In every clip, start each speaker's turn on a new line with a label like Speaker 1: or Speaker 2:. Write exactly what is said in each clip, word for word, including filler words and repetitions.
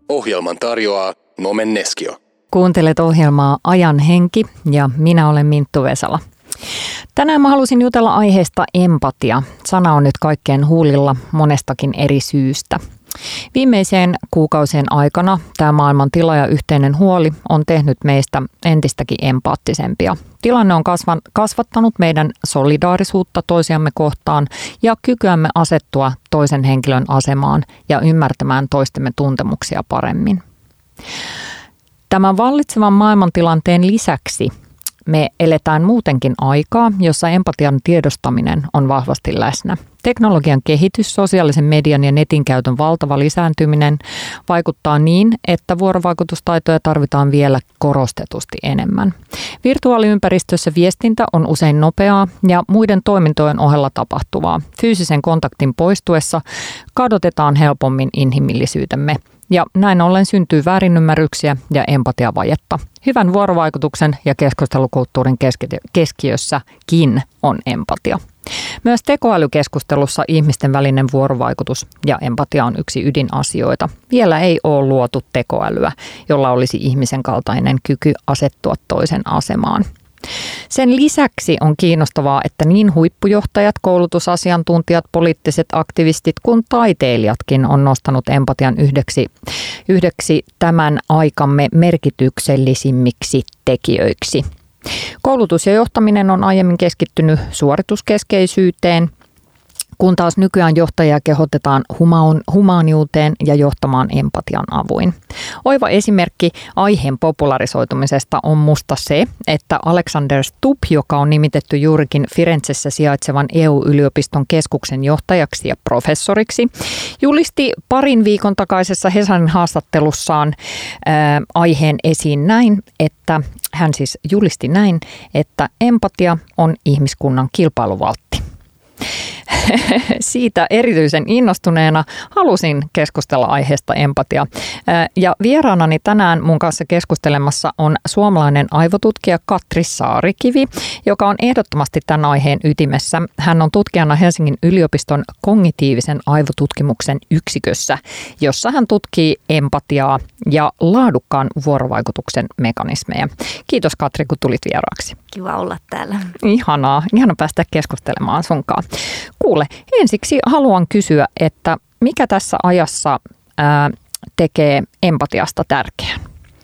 Speaker 1: Ohjelman tarjoaa Nomen Neskio.
Speaker 2: Kuuntelet ohjelmaa Ajan henki ja minä olen Minttu Vesala. Tänään mä halusin jutella aiheesta empatia. Sana on nyt kaikkien huulilla monestakin eri syystä. Viimeiseen kuukausien aikana tämä maailman tila ja yhteinen huoli on tehnyt meistä entistäkin empaattisempia. Tilanne on kasvan, kasvattanut meidän solidaarisuutta toisiamme kohtaan ja kykyämme asettua toisen henkilön asemaan ja ymmärtämään toistemme tuntemuksia paremmin. Tämän vallitsevan maailmantilanteen lisäksi me eletään muutenkin aikaa, jossa empatian tiedostaminen on vahvasti läsnä. Teknologian kehitys, sosiaalisen median ja netin käytön valtava lisääntyminen vaikuttaa niin, että vuorovaikutustaitoja tarvitaan vielä korostetusti enemmän. Virtuaaliympäristössä viestintä on usein nopeaa ja muiden toimintojen ohella tapahtuvaa. Fyysisen kontaktin poistuessa kadotetaan helpommin inhimillisyytemme. Ja näin ollen syntyy väärinymmärryksiä ja empatiavajetta. Hyvän vuorovaikutuksen ja keskustelukulttuurin keskiössäkin on empatia. Myös tekoälykeskustelussa ihmisten välinen vuorovaikutus ja empatia on yksi ydinasioita. Vielä ei ole luotu tekoälyä, jolla olisi ihmisen kaltainen kyky asettua toisen asemaan. Sen lisäksi on kiinnostavaa, että niin huippujohtajat, koulutusasiantuntijat, poliittiset aktivistit kuin taiteilijatkin on nostanut empatian yhdeksi, yhdeksi tämän aikamme merkityksellisimmiksi tekijöiksi. Koulutus ja johtaminen on aiemmin keskittynyt suorituskeskeisyyteen, kun taas nykyään johtajia kehotetaan humaaniuteen ja johtamaan empatian avuin. Oiva esimerkki aiheen popularisoitumisesta on musta se, että Alexander Stubb, joka on nimitetty juurikin Firenzessä sijaitsevan E U-yliopiston keskuksen johtajaksi ja professoriksi, julisti parin viikon takaisessa Hesarin haastattelussaan ää, aiheen esiin näin, että hän siis julisti näin, että empatia on ihmiskunnan kilpailuvaltti. Siitä erityisen innostuneena halusin keskustella aiheesta empatia. Ja vieraanani tänään mun kanssa keskustelemassa on suomalainen aivotutkija Katri Saarikivi, joka on ehdottomasti tämän aiheen ytimessä. Hän on tutkijana Helsingin yliopiston kognitiivisen aivotutkimuksen yksikössä, jossa hän tutkii empatiaa ja laadukkaan vuorovaikutuksen mekanismeja. Kiitos Katri, kun tulit vieraaksi.
Speaker 3: Kiva olla täällä.
Speaker 2: Ihanaa, ihana päästä keskustelemaan sunkaan. Kuule, ensiksi haluan kysyä, että mikä tässä ajassa ää, tekee empatiasta tärkeän?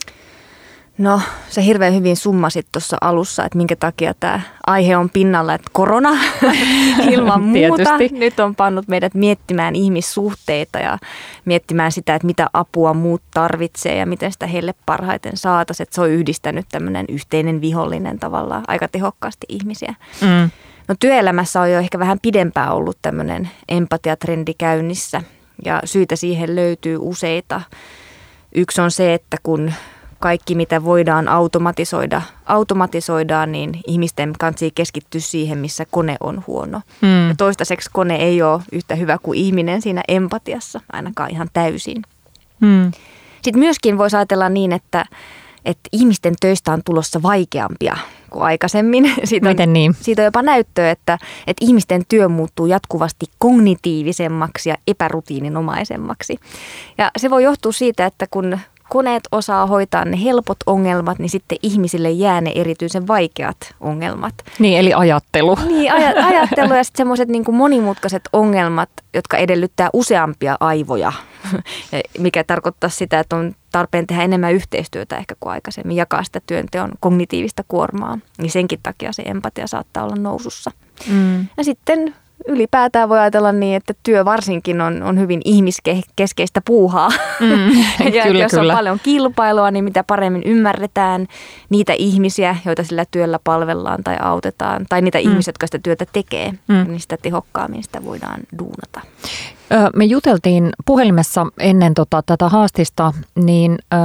Speaker 3: No, sä hirveän hyvin summasit tuossa alussa, että minkä takia tämä aihe on pinnalla, että korona ilman muuta. Nyt on pannut meidät miettimään ihmissuhteita ja miettimään sitä, että mitä apua muut tarvitsee ja miten sitä heille parhaiten saataisiin. Että se on yhdistänyt tämmöinen yhteinen vihollinen tavallaan aika tehokkaasti ihmisiä. Mm. No työelämässä on jo ehkä vähän pidempään ollut tämmöinen empatiatrendi käynnissä ja syitä siihen löytyy useita. Yksi on se, että kun kaikki mitä voidaan automatisoida, automatisoidaan, niin ihmisten kanssa keskittyy siihen, missä kone on huono. Hmm. Ja toistaiseksi kone ei ole yhtä hyvä kuin ihminen siinä empatiassa, ainakaan ihan täysin. Hmm. Sitten myöskin voisi ajatella niin, että, että ihmisten töistä on tulossa vaikeampia kuin aikaisemmin. Siitä on,
Speaker 2: Miten niin?
Speaker 3: Siitä on jopa näyttöä, että, että ihmisten työ muuttuu jatkuvasti kognitiivisemmaksi ja epärutiininomaisemmaksi. Ja se voi johtua siitä, että kun koneet osaa hoitaa ne helpot ongelmat, niin sitten ihmisille jää ne erityisen vaikeat ongelmat.
Speaker 2: Niin, eli ajattelu.
Speaker 3: Niin, aj- ajattelu ja sitten semmoiset niin kuin monimutkaiset ongelmat, jotka edellyttää useampia aivoja, mikä tarkoittaa sitä, että on tarpeen tehdä enemmän yhteistyötä ehkä kuin aikaisemmin, jakaa sitä työnteon kognitiivista kuormaa. Niin senkin takia se empatia saattaa olla nousussa. Mm. Ja sitten ylipäätään voi ajatella niin, että työ varsinkin on, on hyvin ihmiskeskeistä puuhaa. Mm, ja
Speaker 2: kyllä,
Speaker 3: jos
Speaker 2: kyllä.
Speaker 3: on paljon kilpailua, niin mitä paremmin ymmärretään niitä ihmisiä, joita sillä työllä palvellaan tai autetaan, tai niitä mm. ihmisiä, jotka sitä työtä tekee, mm. niin sitä tehokkaammin sitä voidaan duunata.
Speaker 2: Me juteltiin puhelimessa ennen tota, tätä haastista, niin öö,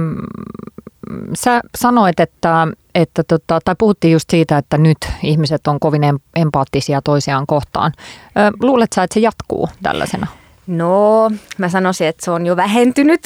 Speaker 2: sä sanoit, että, että tota, tai puhuttiin just siitä, että nyt ihmiset on kovin empaattisia toisiaan kohtaan. Öö, luuletko sä, että se jatkuu tällaisena?
Speaker 3: No, mä sanoisin, että se on jo vähentynyt.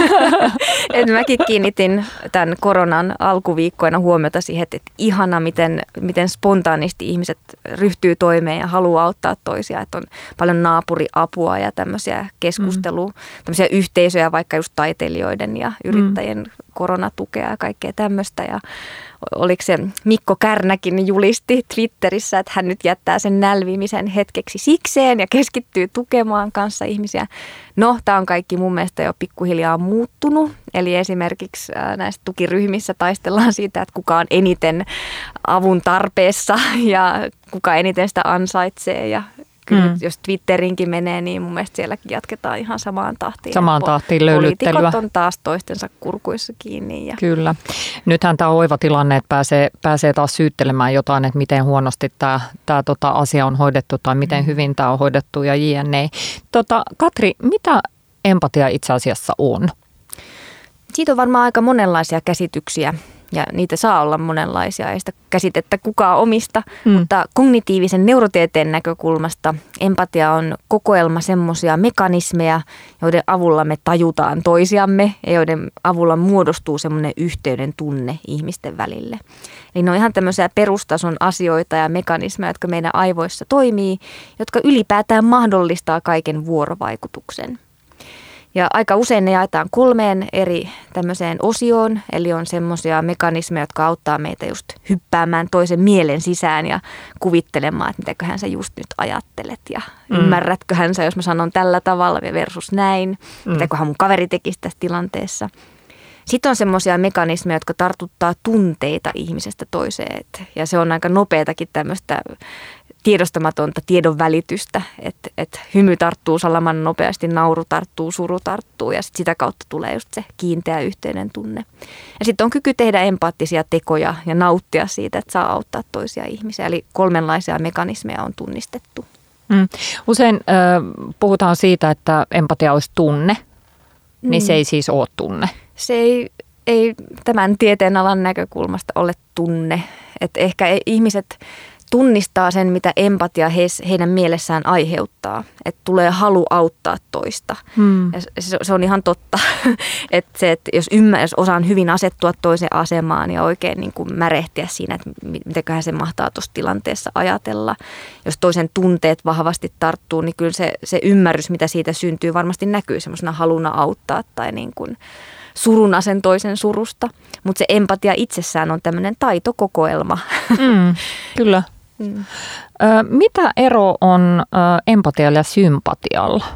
Speaker 3: Et mäkin kiinnitin tämän koronan alkuviikkoina huomiota siihen, että ihana, miten, miten spontaanisti ihmiset ryhtyy toimeen ja haluaa auttaa toisia. Että on paljon naapuriapua ja tämmöisiä keskustelua, mm. tämmöisiä yhteisöjä, vaikka just taiteilijoiden ja yrittäjien mm. koronatukea ja kaikkea tämmöistä. Ja oliko se Mikko Kärnäkin julisti Twitterissä, että hän nyt jättää sen nälvimisen hetkeksi sikseen ja keskittyy tukemaan kanssa ihmisiä. No, tämä on kaikki mun mielestä jo pikkuhiljaa muuttunut. Eli esimerkiksi näissä tukiryhmissä taistellaan siitä, että kuka on eniten avun tarpeessa ja kuka eniten sitä ansaitsee. Ja kyllä mm. jos Twitterinkin menee, niin mun mielestä sielläkin jatketaan ihan samaan tahtiin.
Speaker 2: Samaan tahtiin löylyttelyä.
Speaker 3: Poliitikot on taas toistensa kurkuissa kiinni. Ja
Speaker 2: kyllä. Nythän tämä on oiva tilanne, että pääsee, pääsee taas syyttelemään jotain, että miten huonosti tämä, tämä tota asia on hoidettu tai miten hyvin tämä on hoidettu ja jne. Tota, Katri, mitä empatia itse asiassa on?
Speaker 3: Siitä on varmaan aika monenlaisia käsityksiä. Ja niitä saa olla monenlaisia, ei sitä käsitettä kukaan omista, mm. mutta kognitiivisen neurotieteen näkökulmasta empatia on kokoelma semmoisia mekanismeja, joiden avulla me tajutaan toisiamme ja joiden avulla muodostuu semmoinen yhteyden tunne ihmisten välille. Eli ne on ihan tämmöisiä perustason asioita ja mekanismeja, jotka meidän aivoissa toimii, jotka ylipäätään mahdollistaa kaiken vuorovaikutuksen. Ja aika usein ne jaetaan kolmeen eri tämmöiseen osioon, eli on semmoisia mekanismeja, jotka auttaa meitä just hyppäämään toisen mielen sisään ja kuvittelemaan, että mitäköhän sä just nyt ajattelet ja mm. ymmärrätköhän sä, jos mä sanon tällä tavalla versus näin, mm. mitäköhän mun kaveri tekisi tässä tilanteessa. Sitten on semmoisia mekanismeja, jotka tartuttaa tunteita ihmisestä toiseen ja se on aika nopeatakin tämmöistä tiedostamatonta tiedon välitystä, että et hymy tarttuu salaman nopeasti, nauru tarttuu, suru tarttuu ja sit sitä kautta tulee just se kiinteä yhteinen tunne. Ja sitten on kyky tehdä empaattisia tekoja ja nauttia siitä, että saa auttaa toisia ihmisiä. Eli kolmenlaisia mekanismeja on tunnistettu.
Speaker 2: Mm. Usein äh, puhutaan siitä, että empatia olisi tunne, niin mm. se ei siis ole tunne.
Speaker 3: Se ei, ei tämän tieteenalan näkökulmasta ole tunne. Että ehkä ihmiset tunnistaa sen, mitä empatia heidän mielessään aiheuttaa. Että tulee halu auttaa toista. Hmm. Ja se, se on ihan totta. Että se, että jos, ymmär, jos osaan hyvin asettua toisen asemaan ja oikein niin kuin märehtiä siinä, että mitäköhän se mahtaa tuossa tilanteessa ajatella. Jos toisen tunteet vahvasti tarttuu, niin kyllä se, se ymmärrys, mitä siitä syntyy, varmasti näkyy semmoisena haluna auttaa tai niin kuin suruna sen toisen surusta. Mutta se empatia itsessään on tämmöinen taitokokoelma.
Speaker 2: Mm, kyllä. Mm. Ö, mitä ero on ö, empatialla ja sympatialla?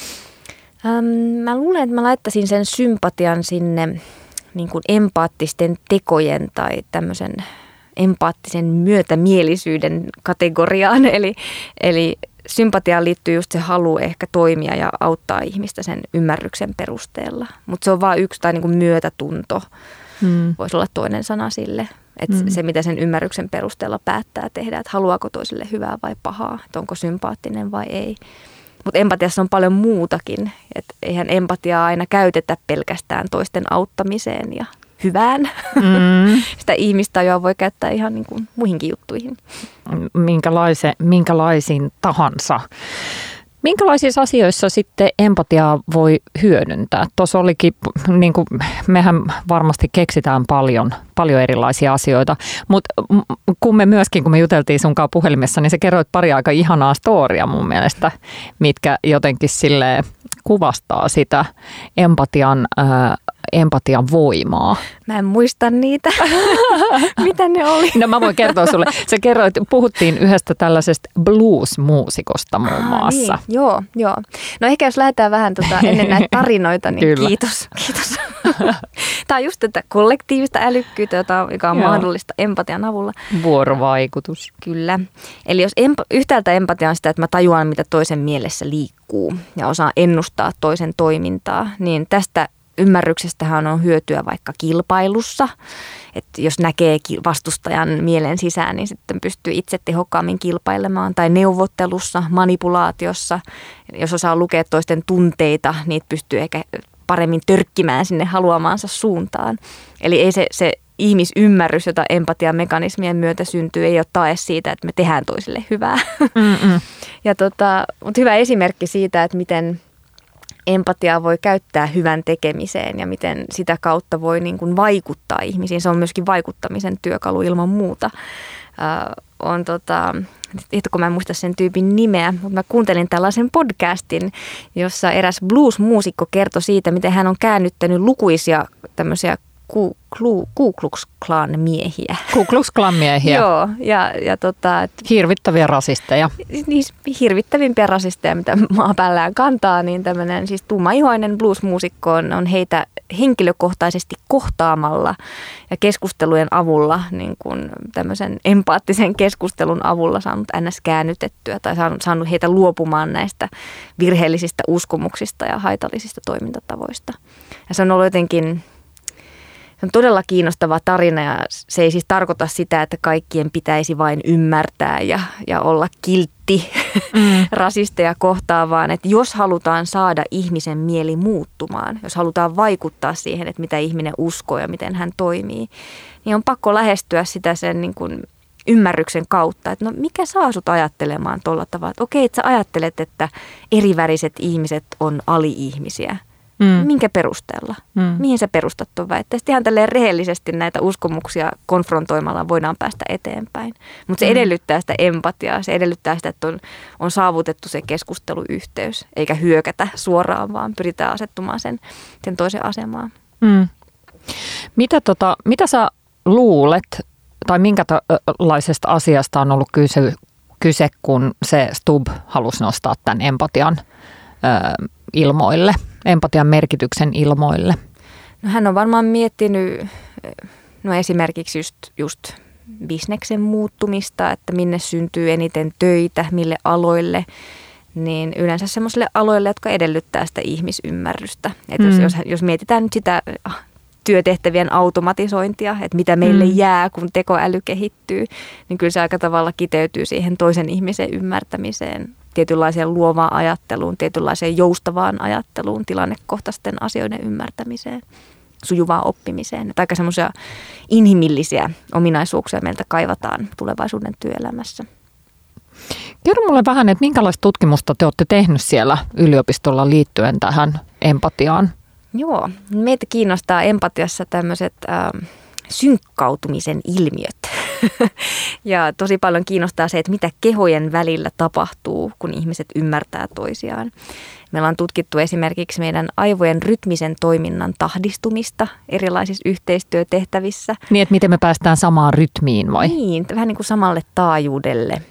Speaker 3: Ähm, mä luulen, että mä laittaisin sen sympatian sinne niin kuin empaattisten tekojen tai tämmöisen empaattisen myötämielisyyden kategoriaan. Eli, eli sympatiaan liittyy just se halu ehkä toimia ja auttaa ihmistä sen ymmärryksen perusteella. Mutta se on vaan yksi tai niin kuin myötätunto. Hmm. Voisi olla toinen sana sille. Että hmm. se, mitä sen ymmärryksen perusteella päättää tehdä, että haluaako toiselle hyvää vai pahaa, että onko sympaattinen vai ei. Mutta empatiassa on paljon muutakin. Että eihän empatiaa aina käytetä pelkästään toisten auttamiseen ja hyvään. Mm. Sitä ihmistajua voi käyttää ihan niin kuin muihinkin juttuihin.
Speaker 2: Minkälaise, minkälaisin tahansa. Minkälaisissa asioissa sitten empatiaa voi hyödyntää? Tuossa olikin, niin kuin mehän varmasti keksitään paljon, paljon erilaisia asioita, mutta kun me myöskin, kun me juteltiin sunkaan puhelimessa, niin sä kerroit pari aika ihanaa storia mun mielestä, mitkä jotenkin silleen kuvastaa sitä empatian, ää, empatian voimaa.
Speaker 3: Mä en muista niitä. Mitä ne oli?
Speaker 2: No mä voin kertoa sulle. Sä kerroit, puhuttiin yhdestä tällaisesta blues-muusikosta muun muassa.
Speaker 3: Niin, joo, joo. No ehkä jos lähdetään vähän tota, ennen näitä tarinoita, niin Kyllä. kiitos. kiitos. Tämä on just tätä kollektiivista älykkyyttä, jota, joka on joo. mahdollista empatian avulla.
Speaker 2: Vuorovaikutus.
Speaker 3: Kyllä. Eli jos emp- yhtäältä empatia on sitä, että mä tajuan, mitä toisen mielessä liikkuu ja osaan ennustaa toisen toimintaa, niin tästä ymmärryksestähän on hyötyä vaikka kilpailussa, että jos näkee vastustajan mielen sisään, niin sitten pystyy itse tehokkaammin kilpailemaan. Tai neuvottelussa, manipulaatiossa, jos osaa lukea toisten tunteita, niitä pystyy ehkä paremmin törkkimään sinne haluamaansa suuntaan. Eli ei se, se ihmisymmärrys, jota empatiamekanismien myötä syntyy, ei ole tae siitä, että me tehdään toisille hyvää. Ja tota, mutta hyvä esimerkki siitä, että miten empatiaa voi käyttää hyvän tekemiseen ja miten sitä kautta voi niin kuin vaikuttaa ihmisiin. Se on myöskin vaikuttamisen työkalu ilman muuta. Äh, on tota, kun mä en muista sen tyypin nimeä, mutta mä kuuntelin tällaisen podcastin, jossa eräs blues-muusikko kertoi siitä, miten hän on käännyttänyt lukuisia tämmöisiä Ku, Ku, Ku Klux Klan miehiä.
Speaker 2: Ku Klux Klan miehiä.
Speaker 3: Joo, ja, ja tota...
Speaker 2: Hirvittäviä rasisteja.
Speaker 3: Niin, hirvittävimpiä rasisteja, mitä maapäällään kantaa, niin tämmöinen siis tummaihoinen blues-muusikko on, on heitä henkilökohtaisesti kohtaamalla ja keskustelujen avulla, niin kuin tämmöisen empaattisen keskustelun avulla saanut ns. Käännytettyä tai saanut, saanut heitä luopumaan näistä virheellisistä uskomuksista ja haitallisista toimintatavoista. Ja se on ollut jotenkin... Se on todella kiinnostava tarina ja se ei siis tarkoita sitä, että kaikkien pitäisi vain ymmärtää ja, ja olla kiltti mm. rasisteja kohtaan, vaan että jos halutaan saada ihmisen mieli muuttumaan, jos halutaan vaikuttaa siihen, että mitä ihminen uskoo ja miten hän toimii, niin on pakko lähestyä sitä sen niin kuin ymmärryksen kautta, että no mikä saa sut ajattelemaan tuolla tavalla, että okei, että sä ajattelet, että eriväriset ihmiset on ali-ihmisiä. Mm. Minkä perusteella? Mm. Mihin sä perustat tuon väitteen? Sitten ihan tälleen rehellisesti näitä uskomuksia konfrontoimalla voidaan päästä eteenpäin. Mutta se mm. edellyttää sitä empatiaa, se edellyttää sitä, että on, on saavutettu se keskusteluyhteys, eikä hyökätä suoraan, vaan pyritään asettumaan sen, sen toisen asemaan.
Speaker 2: Mm. Mitä, tota, mitä sä luulet, tai minkälaisesta asiasta on ollut kyse, kyse kun se Stubb halusi nostaa tämän empatian ö, ilmoille? Empatian merkityksen ilmoille?
Speaker 3: No hän on varmaan miettinyt no esimerkiksi just, just bisneksen muuttumista, että minne syntyy eniten töitä, mille aloille, niin yleensä semmoisille aloille, jotka edellyttää sitä ihmisymmärrystä. Että mm. jos, jos mietitään nyt sitä työtehtävien automatisointia, että mitä meille mm. jää, kun tekoäly kehittyy, niin kyllä se aika tavalla kiteytyy siihen toisen ihmisen ymmärtämiseen, tietynlaiseen luovaan ajatteluun, tietynlaiseen joustavaan ajatteluun, tilannekohtaisten asioiden ymmärtämiseen, sujuvaan oppimiseen. Että aika semmoisia inhimillisiä ominaisuuksia meiltä kaivataan tulevaisuuden työelämässä.
Speaker 2: Kerro mulle vähän, että minkälaista tutkimusta te olette tehnyt siellä yliopistolla liittyen tähän empatiaan?
Speaker 3: Joo, meitä kiinnostaa empatiassa tämmöiset äh, synkkautumisen ilmiöt. Ja tosi paljon kiinnostaa se, että mitä kehojen välillä tapahtuu, kun ihmiset ymmärtää toisiaan. Meillä on tutkittu esimerkiksi meidän aivojen rytmisen toiminnan tahdistumista erilaisissa yhteistyötehtävissä.
Speaker 2: Niin, että miten me päästään samaan rytmiin vai?
Speaker 3: Niin, vähän niin kuin samalle taajuudelle.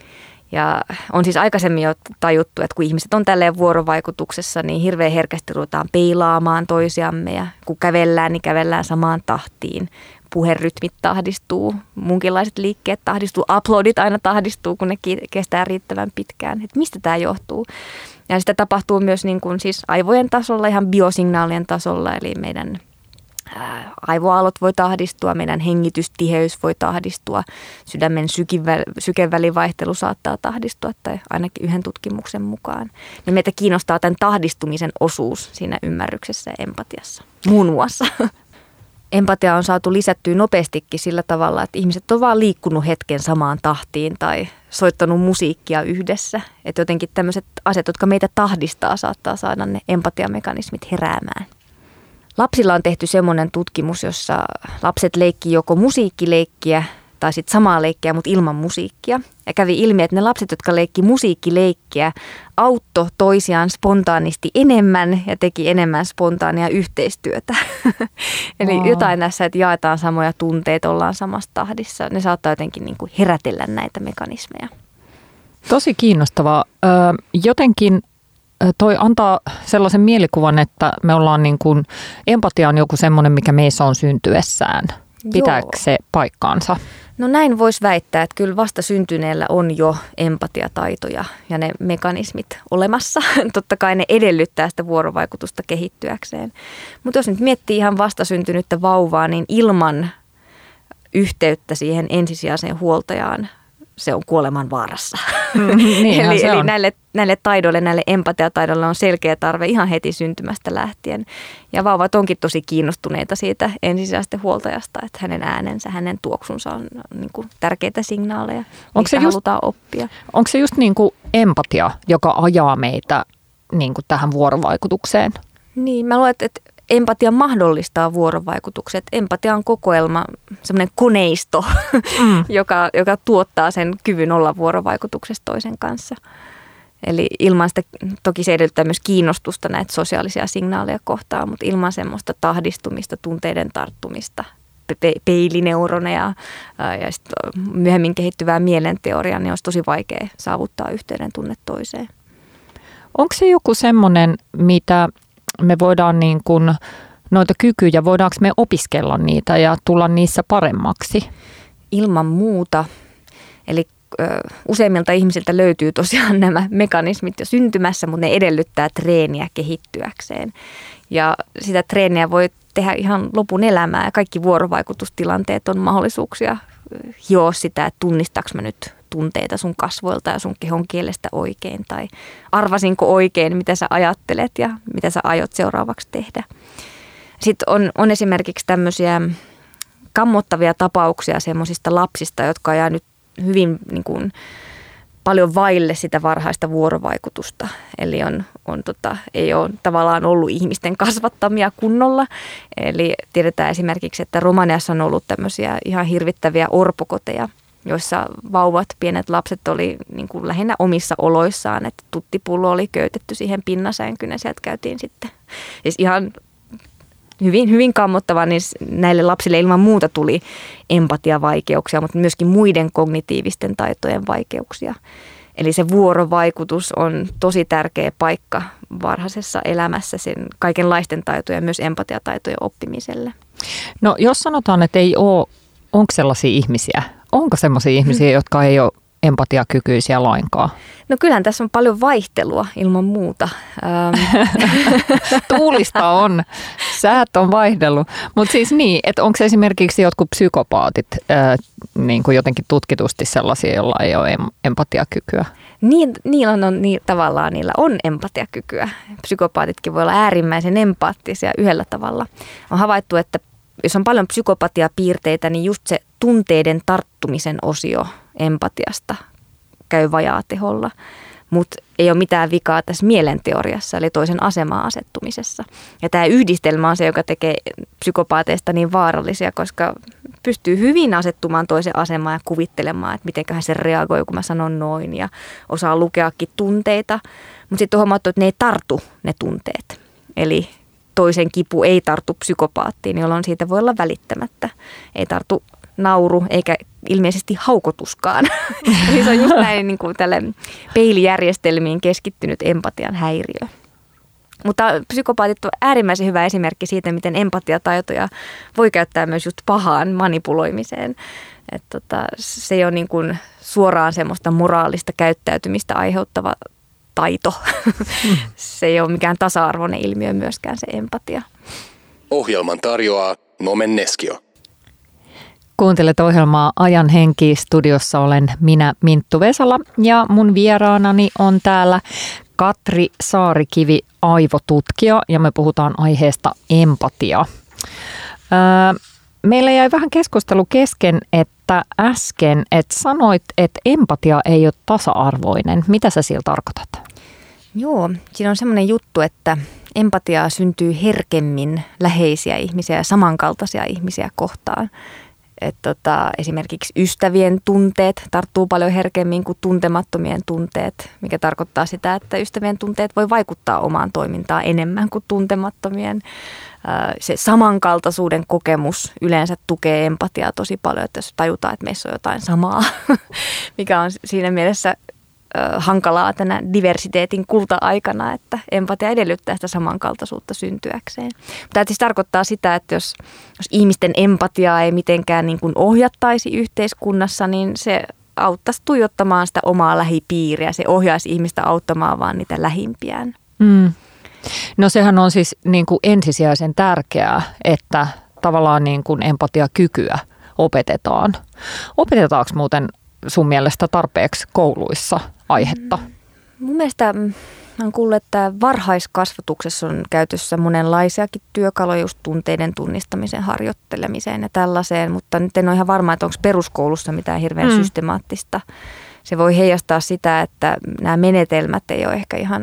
Speaker 3: Ja on siis aikaisemmin jo tajuttu, että kun ihmiset on tälleen vuorovaikutuksessa, niin hirveän herkästi ruvetaan peilaamaan toisiamme ja kun kävellään, niin kävellään samaan tahtiin. Puherytmit tahdistuu, munkinlaiset liikkeet tahdistuu, uploadit aina tahdistuu, kun ne kestää riittävän pitkään. Et mistä tämä johtuu? Ja sitä tapahtuu myös niin kuin siis aivojen tasolla, ihan biosignaalien tasolla, eli meidän ää, aivoaallot voi tahdistua, meidän hengitystiheys voi tahdistua, sydämen sykevälivaihtelu saattaa tahdistua, tai ainakin yhden tutkimuksen mukaan. Ja meitä kiinnostaa tämän tahdistumisen osuus siinä ymmärryksessä ja empatiassa, muun muassa. Empatia on saatu lisättyä nopeastikin sillä tavalla, että ihmiset on vaan liikkunut hetken samaan tahtiin tai soittanut musiikkia yhdessä. Että jotenkin tämmöiset asiat, jotka meitä tahdistaa, saattaa saada ne empatiamekanismit heräämään. Lapsilla on tehty semmoinen tutkimus, jossa lapset leikkii joko musiikkileikkiä tai sitten samaa leikkiä, mutta ilman musiikkia. Ja kävi ilmi, että ne lapset, jotka leikki musiikkileikkiä, auttoi toisiaan spontaanisti enemmän ja teki enemmän spontaania yhteistyötä. Eli wow. jotain näissä, että jaetaan samoja tunteita, ollaan samassa tahdissa. Ne saattaa jotenkin niin kuin herätellä näitä mekanismeja.
Speaker 2: Tosi kiinnostavaa. Jotenkin toi antaa sellaisen mielikuvan, että me ollaan niin kuin, empatia on joku semmoinen, mikä meissä on syntyessään. Pitääkö Joo. se paikkaansa?
Speaker 3: No näin voisi väittää, että kyllä vasta syntyneellä on jo empatiataitoja ja ne mekanismit olemassa. Totta kai ne edellyttää sitä vuorovaikutusta kehittyäkseen. Mutta jos nyt miettii ihan vastasyntynyttä vauvaa, niin ilman yhteyttä siihen ensisijaiseen huoltajaan se on kuoleman vaarassa.
Speaker 2: Mm,
Speaker 3: eli
Speaker 2: se
Speaker 3: eli
Speaker 2: on.
Speaker 3: näille, näille taidoille, näille empatiataidoille on selkeä tarve ihan heti syntymästä lähtien. Ja vauvat onkin tosi kiinnostuneita siitä ensisijaisesta huoltajasta, että hänen äänensä, hänen tuoksunsa on niin kuin tärkeitä signaaleja,
Speaker 2: onko se just,
Speaker 3: halutaan oppia.
Speaker 2: Onko se just niin kuin empatia, joka ajaa meitä niin kuin tähän vuorovaikutukseen?
Speaker 3: Niin, mä luulen, että empatia mahdollistaa vuorovaikutukset. Empatia on kokoelma, semmoinen koneisto, mm. joka, joka tuottaa sen kyvyn olla vuorovaikutuksessa toisen kanssa. Eli ilman sitä, toki se edellyttää myös kiinnostusta näitä sosiaalisia signaaleja kohtaan, mutta ilman semmoista tahdistumista, tunteiden tarttumista, pe- peilineuroneja ja sit myöhemmin kehittyvää mielenteoriaa, niin olisi tosi vaikea saavuttaa yhteyden tunne toiseen.
Speaker 2: Onko se joku semmoinen, mitä me voidaan niin kuin, noita kykyjä, voidaanko me opiskella niitä ja tulla niissä paremmaksi?
Speaker 3: Ilman muuta. Eli useimmilta ihmisiltä löytyy tosiaan nämä mekanismit jo syntymässä, mutta ne edellyttää treeniä kehittyäkseen. Ja sitä treeniä voi tehdä ihan lopun elämää ja kaikki vuorovaikutustilanteet on mahdollisuuksia hioa sitä, että tunnistaako mä nyt tunteita sun kasvoilta ja sun kehon kielestä oikein tai arvasinko oikein, mitä sä ajattelet ja mitä sä aiot seuraavaksi tehdä. Sitten on, on esimerkiksi tämmöisiä kammottavia tapauksia semmoisista lapsista, jotka on jäänyt hyvin niin kuin, paljon vaille sitä varhaista vuorovaikutusta. Eli on, on, tota, ei ole tavallaan ollut ihmisten kasvattamia kunnolla. Eli tiedetään esimerkiksi, että Romaniassa on ollut tämmöisiä ihan hirvittäviä orpokoteja, joissa vauvat, pienet lapset oli niin kuin lähinnä omissa oloissaan, että tuttipullo oli köytetty siihen pinnasänkyyn ja sieltä käytiin sitten. Siis ihan hyvin, hyvin kammottavaa, niin näille lapsille ilman muuta tuli empatiavaikeuksia, mutta myöskin muiden kognitiivisten taitojen vaikeuksia. Eli se vuorovaikutus on tosi tärkeä paikka varhaisessa elämässä sen kaikenlaisten taitojen, myös empatiataitojen oppimiselle.
Speaker 2: No jos sanotaan, että ei ole, onko sellaisia ihmisiä, onko sellaisia ihmisiä, jotka ei ole empatiakykyisiä lainkaan?
Speaker 3: No kyllähän tässä on paljon vaihtelua ilman muuta.
Speaker 2: Tuulista on, säät on vaihdellut. Mutta siis niin, että onko esimerkiksi jotkut psykopaatit ää, niin kuin jotenkin tutkitusti sellaisia, joilla ei ole empatiakykyä?
Speaker 3: Niin, niillä on, niin, tavallaan niillä on empatiakykyä. Psykopaatitkin voi olla äärimmäisen empaattisia yhdellä tavalla. On havaittu, että jos on paljon psykopatiapiirteitä, niin just se tunteiden tarttumisen osio empatiasta käy vajaateholla, mutta ei ole mitään vikaa tässä mielenteoriassa, eli toisen asemaan asettumisessa. Ja tämä yhdistelmä on se, joka tekee psykopaateista niin vaarallisia, koska pystyy hyvin asettumaan toisen asemaan ja kuvittelemaan, että mitenköhän se reagoi, kun mä sanon noin, ja osaa lukeakin tunteita. Mutta sitten on huomattu, että ne ei tartu ne tunteet. Eli toisen kipu ei tartu psykopaattiin, jolloin siitä voi olla välittämättä. Ei tartu nauru eikä ilmeisesti haukotuskaan. Eli se on just näin niin kuin tälle peilijärjestelmiin keskittynyt empatian häiriö. Mutta psykopaatit on äärimmäisen hyvä esimerkki siitä, miten empatiataitoja voi käyttää myös just pahaan manipuloimiseen. Et tota, se ei ole niin kuin suoraan semmoista moraalista käyttäytymistä aiheuttava taito. Mm. Se ei ole mikään tasa-arvoinen ilmiö myöskään se empatia.
Speaker 1: Ohjelman tarjoaa Nomen Neskio.
Speaker 2: Kuuntelet ohjelmaa Ajan henki. Studiossa olen minä, Minttu Vesala, ja mun vieraanani on täällä Katri Saarikivi, aivotutkija, ja me puhutaan aiheesta empatia. Öö, meillä jäi vähän keskustelu kesken, että äsken, että sanoit, että empatia ei ole tasa-arvoinen. Mitä sä sillä tarkoitat?
Speaker 3: Joo, siinä on semmoinen juttu, että empatiaa syntyy herkemmin läheisiä ihmisiä ja samankaltaisia ihmisiä kohtaan. Et tota, esimerkiksi ystävien tunteet tarttuu paljon herkemmin kuin tuntemattomien tunteet, mikä tarkoittaa sitä, että ystävien tunteet voi vaikuttaa omaan toimintaan enemmän kuin tuntemattomien. Se samankaltaisuuden kokemus yleensä tukee empatiaa tosi paljon, että jos tajutaan, että meissä on jotain samaa, mikä on siinä mielessä hankalaa tänä diversiteetin kulta-aikana, että empatia edellyttää sitä samankaltaisuutta syntyäkseen. Tämä siis tarkoittaa sitä, että jos, jos ihmisten empatiaa ei mitenkään niin kuin ohjattaisi yhteiskunnassa, niin se auttaisi tuijottamaan sitä omaa lähipiiriä. Se ohjaisi ihmistä auttamaan vaan niitä lähimpiään.
Speaker 2: Mm. No sehän on siis niin kuin ensisijaisen tärkeää, että tavallaan niin kuin empatiakykyä opetetaan. Opetetaanko muuten sun mielestä tarpeeksi kouluissa aihetta?
Speaker 3: Mun mielestä olen kuullut, että varhaiskasvatuksessa on käytössä monenlaisiakin työkaluja just tunteiden tunnistamisen harjoittelemiseen ja tällaiseen, mutta nyt en ole ihan varma, että onko peruskoulussa mitään hirveän mm. systemaattista. Se voi heijastaa sitä, että nämä menetelmät ei ole ehkä ihan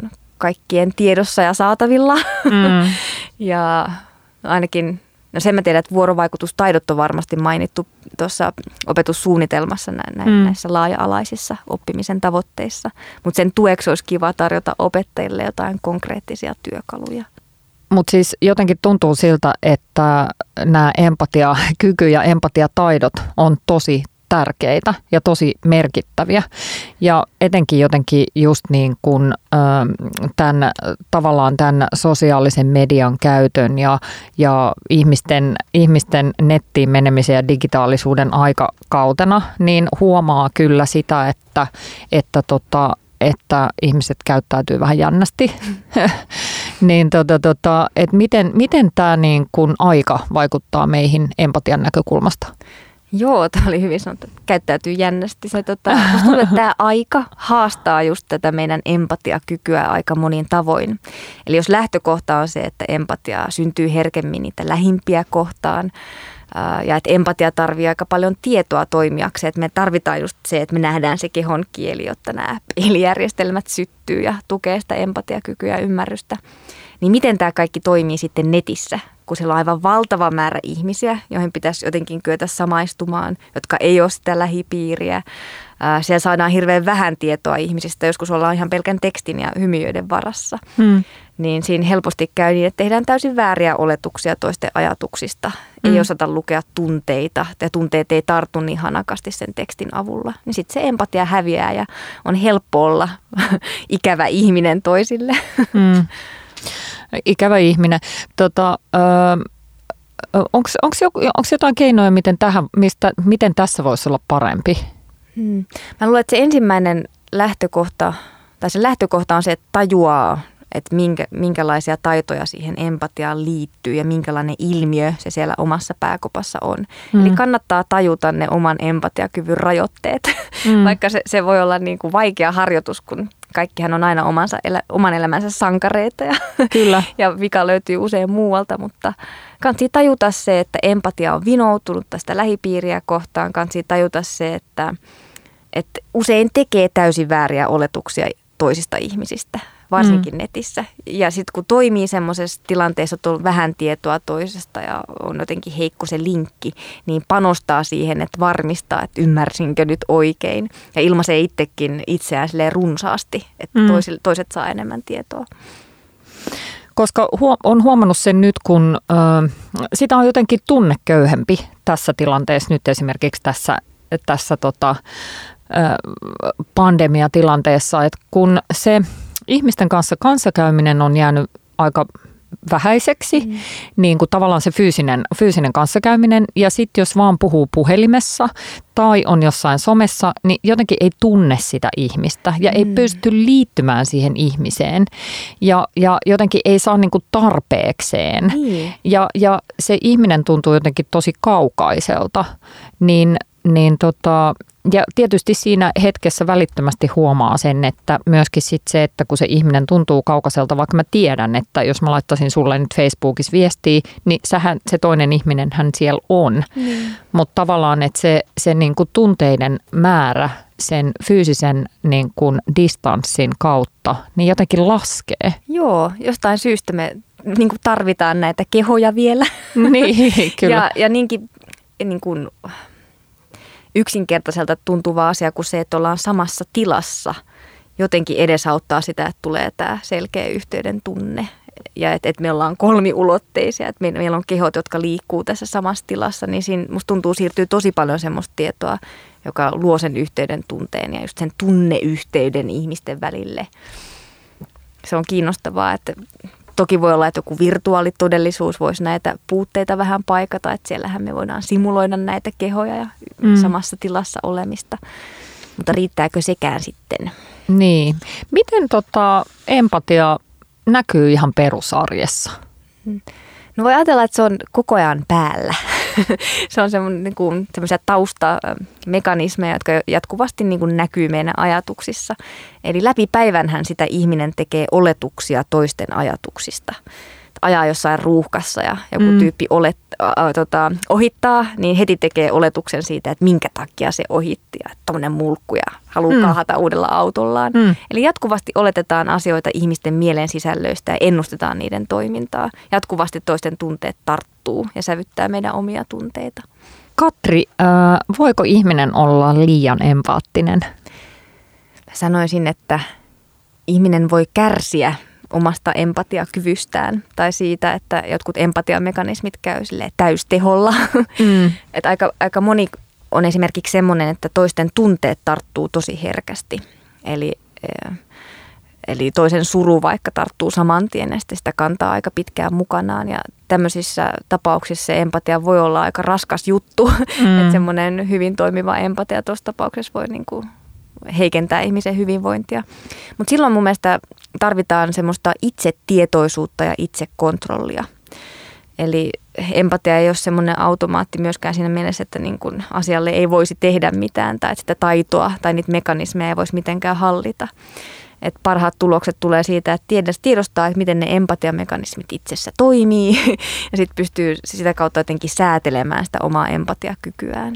Speaker 3: kaikkien tiedossa ja saatavilla. Mm. Ja ainakin, no sen mä tiedän, että vuorovaikutustaidot on varmasti mainittu tuossa opetussuunnitelmassa nä- mm. näissä laaja-alaisissa oppimisen tavoitteissa. Mutta sen tueksi olisi kiva tarjota opettajille jotain konkreettisia työkaluja.
Speaker 2: Mutta siis jotenkin tuntuu siltä, että nämä empatiakyky ja empatiataidot on tosi tärkeitä ja tosi merkittäviä. Ja etenkin jotenkin just niin kuin tämän, tavallaan tämän sosiaalisen median käytön ja, ja ihmisten, ihmisten nettiin menemisen ja digitaalisuuden aikakautena, niin huomaa kyllä sitä, että, että tota, että ihmiset käyttäytyy vähän jännästi, niin tota, tota, että miten, miten tämä niin kun aika vaikuttaa meihin empatian näkökulmasta?
Speaker 3: Joo, tämä oli hyvin sanottu, että käyttäytyy jännästi. Se, tota, musta tuntuu, että tämä aika haastaa just tätä meidän empatiakykyä aika monin tavoin. Eli jos lähtökohta on se, että empatia syntyy herkemmin niitä lähimpiä kohtaan, ja että empatia tarvitsee aika paljon tietoa toimijakseen, että me tarvitaan just se, että me nähdään se kehon kieli, jotta nämä peilijärjestelmät syttyy ja tukee sitä empatiakykyä ja ymmärrystä. Niin miten tämä kaikki toimii sitten netissä, kun siellä on aivan valtava määrä ihmisiä, joihin pitäisi jotenkin kyetä samaistumaan, jotka ei ole sitä lähipiiriä. Siellä saadaan hirveän vähän tietoa ihmisistä, joskus ollaan ihan pelkän tekstin ja hymiöiden varassa. Hmm. Niin siinä helposti käy niin, että tehdään täysin vääriä oletuksia toisten ajatuksista. Hmm. Ei osata lukea tunteita ja tunteet ei tartu niin hanakasti sen tekstin avulla. Niin sitten se empatia häviää ja on helppo olla ikävä ihminen toisille. Hmm.
Speaker 2: Ikävä ihminen. Tota, onko jotain keinoja, miten, tähän, mistä, miten tässä voisi olla parempi?
Speaker 3: Hmm. Mä luulen, että se ensimmäinen lähtökohta, tai se lähtökohta on se, että tajuaa, että minkä, minkälaisia taitoja siihen empatiaan liittyy ja minkälainen ilmiö se siellä omassa pääkopassa on. Mm. Eli kannattaa tajuta ne oman empatiakyvyn rajoitteet, mm. vaikka se, se voi olla niin kuin vaikea harjoitus, kun kaikkihan on aina omansa, elä, oman elämänsä sankareita ja,
Speaker 2: Kyllä.
Speaker 3: ja vika löytyy usein muualta, mutta kannattaa tajuta se, että empatia on vinoutunut tästä lähipiiriä kohtaan. Kannattaa tajuta se, että, että usein tekee täysin vääriä oletuksia toisista ihmisistä, varsinkin mm. netissä. Ja sitten kun toimii semmoisessa tilanteessa, että on vähän tietoa toisesta ja on jotenkin heikko se linkki, niin panostaa siihen, että varmistaa, että ymmärsinkö nyt oikein. Ja ilmaisee itsekin itseään silleen runsaasti, että mm. toiset, toiset saa enemmän tietoa.
Speaker 2: Koska on huomannut sen nyt, kun ö, sitä on jotenkin tunneköyhempi tässä tilanteessa, nyt esimerkiksi tässä, tässä tota, ö, pandemiatilanteessa, että kun se ihmisten kanssa kanssakäyminen on jäänyt aika vähäiseksi, mm. niin kuin tavallaan se fyysinen, fyysinen kanssakäyminen. Ja sitten jos vaan puhuu puhelimessa tai on jossain somessa, niin jotenkin ei tunne sitä ihmistä ja mm. ei pysty liittymään siihen ihmiseen. Ja, ja jotenkin ei saa niin kuin tarpeekseen. Mm. Ja, ja se ihminen tuntuu jotenkin tosi kaukaiselta, niin Niin tota, ja tietysti siinä hetkessä välittömästi huomaa sen, että myöskin sit se, että kun se ihminen tuntuu kaukaiselta, vaikka mä tiedän, että jos mä laittaisin sulle nyt Facebookissa viestiä, niin sähän, se toinen ihminen hän siellä on. Mm. Mutta tavallaan, että se, se niinku tunteiden määrä sen fyysisen niinku distanssin kautta, niin jotenkin laskee.
Speaker 3: Joo, jostain syystä me niinku tarvitaan näitä kehoja vielä.
Speaker 2: Niin, kyllä.
Speaker 3: ja, ja niinkin niin kuin yksinkertaiselta tuntuva asia kuin se, että ollaan samassa tilassa, jotenkin edesauttaa sitä, että tulee tämä selkeä yhteyden tunne. Ja että, että me ollaan kolmiulotteisia, että meillä on kehot, jotka liikkuu tässä samassa tilassa, niin siinä musta tuntuu siirtyy tosi paljon semmoista tietoa, joka luo sen yhteyden tunteen ja just sen tunneyhteyden ihmisten välille. Se on kiinnostavaa, että toki voi olla, että joku virtuaalitodellisuus voisi näitä puutteita vähän paikata, että siellähän me voidaan simuloida näitä kehoja ja mm. samassa tilassa olemista, mutta riittääkö sekään sitten?
Speaker 2: Niin. Miten tota empatia näkyy ihan perusarjessa?
Speaker 3: No voi ajatella, että se on koko ajan päällä. Se on niin kuin semmoisia taustamekanismeja, jotka jatkuvasti niin kuin näkyy meidän ajatuksissa. Eli läpi päivänhän sitä ihminen tekee oletuksia toisten ajatuksista. Ajaa jossain ruuhkassa ja joku mm. tyyppi olet, ä, tota, ohittaa, niin heti tekee oletuksen siitä, että minkä takia se ohitti. Että tommoinen mulkku ja haluaa mm. kaahata uudella autollaan. Mm. Eli jatkuvasti oletetaan asioita ihmisten mielen sisällöistä ja ennustetaan niiden toimintaa. Jatkuvasti toisten tunteet tarttuu ja sävyttää meidän omia tunteita.
Speaker 2: Katri, äh, voiko ihminen olla liian empaattinen?
Speaker 3: Sanoisin, että ihminen voi kärsiä omasta empatiakyvystään tai siitä, että jotkut empatiamekanismit käy täysteholla. Mm. Että aika, aika moni on esimerkiksi semmoinen, että toisten tunteet tarttuu tosi herkästi. Eli, eli toisen suru vaikka tarttuu saman tien ja sitä kantaa aika pitkään mukanaan. Ja tämmöisissä tapauksissa se empatia voi olla aika raskas juttu. Mm. Että semmoinen hyvin toimiva empatia tuossa tapauksessa voi niinku heikentää ihmisen hyvinvointia. Mutta silloin mun mielestä tarvitaan semmoista itsetietoisuutta ja itsekontrollia. Eli empatia ei ole semmoinen automaatti myöskään siinä mielessä, että niin kun asialle ei voisi tehdä mitään tai että sitä taitoa tai niitä mekanismeja ei voisi mitenkään hallita. Et parhaat tulokset tulee siitä, että tiedostaa, että miten ne empatiamekanismit itsessä toimii ja sitten pystyy sitä kautta jotenkin säätelemään sitä omaa empatiakykyään.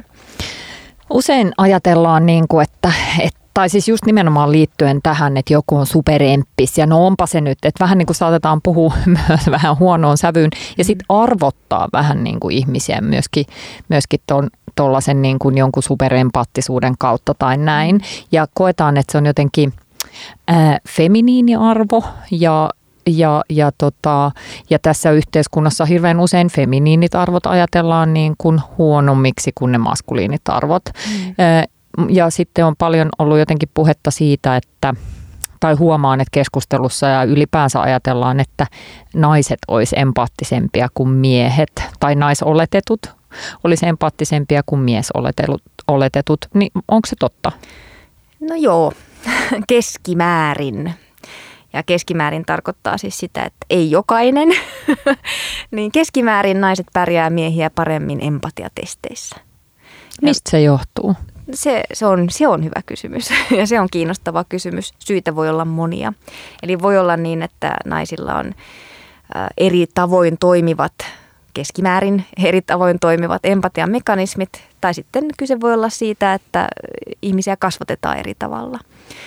Speaker 2: Usein ajatellaan, niin kuin, että, että, tai siis just nimenomaan liittyen tähän, että joku on superemppis ja no onpa se nyt, että vähän niin kuin saatetaan puhua myös vähän huonoon sävyyn ja sitten arvottaa vähän niin kuin ihmisiä myöskin, myöskin ton, tollaisen niin kuin jonkun superempaattisuuden kautta tai näin ja koetaan, että se on jotenkin ää, feminiiniarvo ja Ja, ja, tota, ja tässä yhteiskunnassa hirveän usein feminiinit arvot ajatellaan niin kuin huonommiksi kuin ne maskuliinit arvot. Mm. Ja sitten on paljon ollut jotenkin puhetta siitä, että, tai huomaan, että keskustelussa ja ylipäänsä ajatellaan, että naiset olisi empaattisempia kuin miehet. Tai naisoletetut olisi empaattisempia kuin miesoletetut. Niin onko se totta?
Speaker 3: No joo, keskimäärin. Ja keskimäärin tarkoittaa siis sitä, että ei jokainen, niin keskimäärin naiset pärjää miehiä paremmin empatiatesteissä.
Speaker 2: Mistä se johtuu?
Speaker 3: Se, se, on, se on hyvä kysymys ja se on kiinnostava kysymys. Syitä voi olla monia. Eli voi olla niin, että naisilla on eri tavoin toimivat, keskimäärin eri tavoin toimivat empatian mekanismit. Tai sitten kyse voi olla siitä, että ihmisiä kasvatetaan eri tavalla.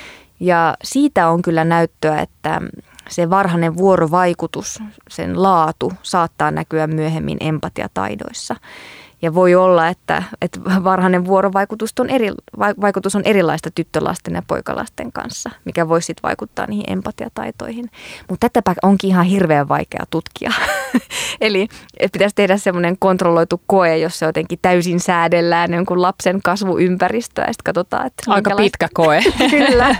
Speaker 3: Ja siitä on kyllä näyttöä, että se varhainen vuorovaikutus, sen laatu saattaa näkyä myöhemmin empatiataidoissa. Ja voi olla, että, että varhainen vuorovaikutus on, eri, vaikutus on erilaista tyttölasten ja poikalasten kanssa, mikä voisi sitten vaikuttaa niihin empatiataitoihin. Mutta tätäpä onkin ihan hirveän vaikea tutkia. Eli pitäisi tehdä semmoinen kontrolloitu koe, jossa jotenkin täysin säädellään jonkun lapsen kasvuympäristöä ja sitten katsotaan, että
Speaker 2: aika pitkä koe.
Speaker 3: Kyllä.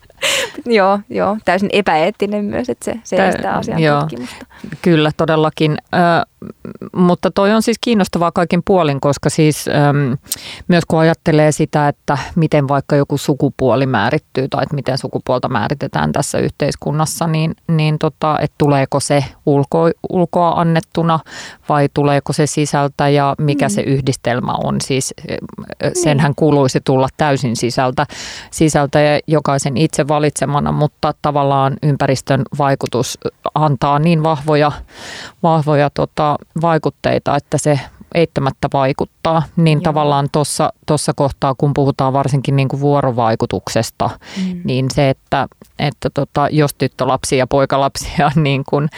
Speaker 3: Joo, joo, täysin epäeettinen myös, että se, se Tää, estää asian joo, tutkimusta.
Speaker 2: Kyllä, todellakin. Ö, mutta toi on siis kiinnostavaa kaikin puolin, koska siis ö, myös kun ajattelee sitä, että miten vaikka joku sukupuoli määrittyy tai että miten sukupuolta määritetään tässä yhteiskunnassa, niin, niin tota, että tuleeko se ulko, ulkoa annettuna vai tuleeko se sisältä ja mikä mm. se yhdistelmä on. Siis senhän niin. kuuluisi tulla täysin sisältä, sisältä ja jokaisen itse valitsemana, mutta tavallaan ympäristön vaikutus antaa niin vahvoja, vahvoja tota, vaikutteita, että se eittämättä vaikuttaa. Niin Joo. tavallaan tuossa tuossa kohtaa, kun puhutaan varsinkin niin kuin vuorovaikutuksesta, mm. niin se, että, että tota, jos tyttölapsia ja poikalapsia niin kuin,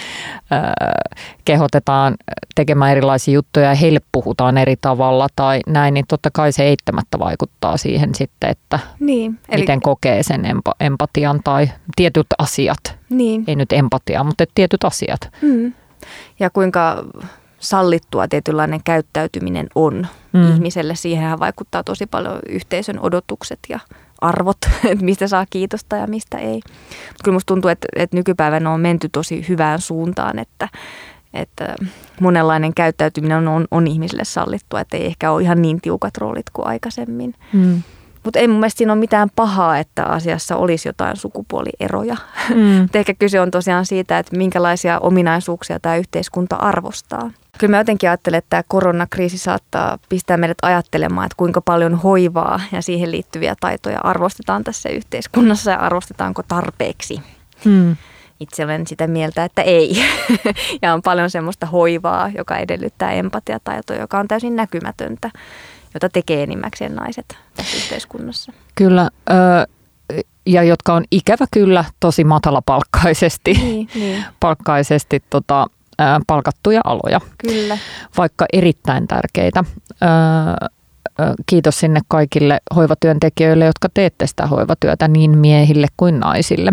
Speaker 2: äh, kehotetaan tekemään erilaisia juttuja ja heille puhutaan eri tavalla tai näin, niin totta kai se eittämättä vaikuttaa siihen sitten, että niin, eli miten kokee sen empa- empatian tai tietyt asiat. Niin. Ei nyt empatiaa, mutta tietyt asiat.
Speaker 3: Mm. Ja kuinka sallittua tietynlainen käyttäytyminen on mm. ihmiselle. Siihenhän vaikuttaa tosi paljon yhteisön odotukset ja arvot, että mistä saa kiitosta ja mistä ei. Mutta kyllä musta tuntuu, että, että nykypäivänä on menty tosi hyvään suuntaan, että, että monenlainen käyttäytyminen on, on, on ihmisille sallittua, että ei ehkä ole ihan niin tiukat roolit kuin aikaisemmin. Mm. Mutta ei mun mielestä siinä ole mitään pahaa, että asiassa olisi jotain sukupuolieroja. Mm. Ehkä kyse on tosiaan siitä, että minkälaisia ominaisuuksia tämä yhteiskunta arvostaa. Kyllä mä jotenkin ajattelen, että tämä koronakriisi saattaa pistää meidät ajattelemaan, että kuinka paljon hoivaa ja siihen liittyviä taitoja arvostetaan tässä yhteiskunnassa ja arvostetaanko tarpeeksi. Mm. Itse olen sitä mieltä, että ei. Ja on paljon semmoista hoivaa, joka edellyttää empatiataitoa, joka on täysin näkymätöntä, jota tekee enimmäkseen naiset tässä yhteiskunnassa.
Speaker 2: Kyllä, ja jotka on ikävä kyllä tosi matalapalkkaisesti,
Speaker 3: niin, niin.
Speaker 2: palkkaisesti tota, palkattuja aloja.
Speaker 3: Kyllä. Vaikka
Speaker 2: erittäin tärkeitä. Kiitos sinne kaikille hoivatyöntekijöille, jotka teette sitä hoivatyötä niin miehille kuin naisille.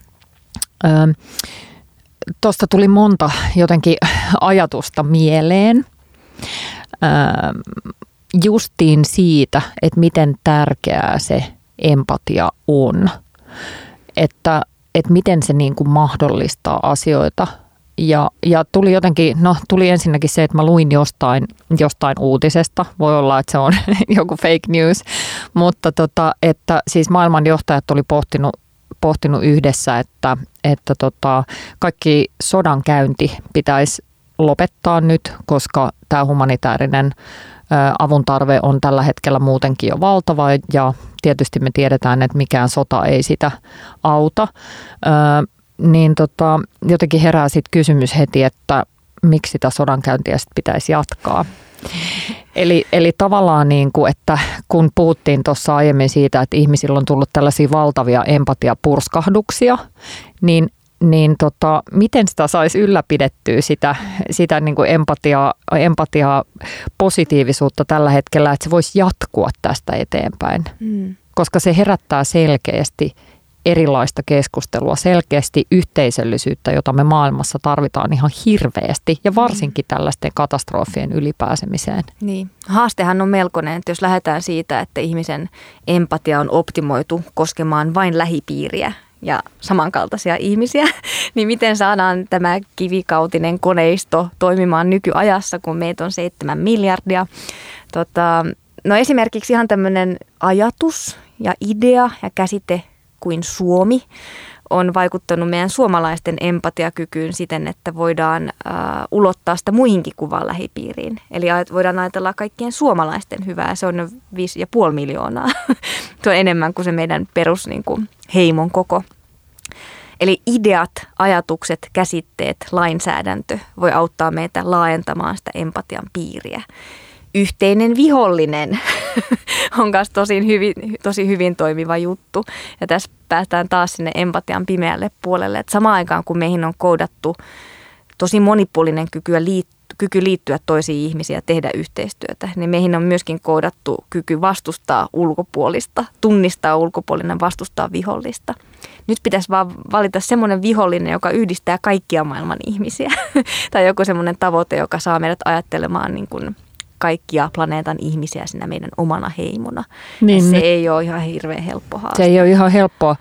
Speaker 2: Tuosta tuli monta jotenkin ajatusta mieleen. Justiin siitä, että miten tärkeää se empatia on. Että, että miten se niin kuin mahdollistaa asioita. Ja, ja tuli jotenkin, no tuli ensinnäkin se, että mä luin jostain, jostain uutisesta. Voi olla, että se on joku fake news. Mutta tota, että siis maailmanjohtajat oli pohtinut, pohtinut yhdessä, että, että tota, kaikki sodankäynti pitäisi lopettaa nyt, koska tämä humanitaarinen avun tarve on tällä hetkellä muutenkin jo valtava ja tietysti me tiedetään, että mikään sota ei sitä auta. Niin tota, jotenkin herää sitten kysymys heti, että miksi sitä sodankäyntiä sit pitäisi jatkaa. Eli, eli tavallaan niin kuin, että kun puhuttiin tuossa aiemmin siitä, että ihmisillä on tullut tällaisia valtavia empatiapurskahduksia, niin, niin tota, miten sitä saisi ylläpidettyä sitä, sitä niin kuin empatiaa, empatiaa, positiivisuutta tällä hetkellä, että se voisi jatkua tästä eteenpäin, mm. koska se herättää selkeästi erilaista keskustelua, selkeästi yhteisöllisyyttä, jota me maailmassa tarvitaan ihan hirveästi ja varsinkin tällaisten katastrofien ylipääsemiseen.
Speaker 3: Niin. Haastehan on melkoinen, että jos lähdetään siitä, että ihmisen empatia on optimoitu koskemaan vain lähipiiriä ja samankaltaisia ihmisiä, niin miten saadaan tämä kivikautinen koneisto toimimaan nykyajassa, kun meitä on seitsemän miljardia. Tota, no esimerkiksi ihan tämmöinen ajatus ja idea ja käsite kuin Suomi on vaikuttanut meidän suomalaisten empatiakykyyn siten, että voidaan äh, ulottaa sitä muihinkin kuvan lähipiiriin. Eli voidaan ajatella kaikkien suomalaisten hyvää. Se on viisi ja puoli miljoonaa. Se on enemmän kuin se meidän perus niin kuin heimon koko. Eli ideat, ajatukset, käsitteet, lainsäädäntö voi auttaa meitä laajentamaan sitä empatian piiriä. Yhteinen vihollinen on myös tosi hyvin, tosi hyvin toimiva juttu. Ja tässä päästään taas sinne empatian pimeälle puolelle. Että samaan aikaan, kun meihin on koodattu tosi monipuolinen kyky, liittyä, kyky liittyä toisiin ihmisiin ja tehdä yhteistyötä, niin meihin on myöskin koodattu kyky vastustaa ulkopuolista, tunnistaa ulkopuolinen, vastustaa vihollista. Nyt pitäisi vaan valita semmoinen vihollinen, joka yhdistää kaikkia maailman ihmisiä. Tai joku semmoinen tavoite, joka saa meidät ajattelemaan niin kuin kaikkia planeetan ihmisiä siinä meidän omana heimona. Niin, se ei ole ihan hirveän helppo haaste.
Speaker 2: Se ei ole ihan helppoa.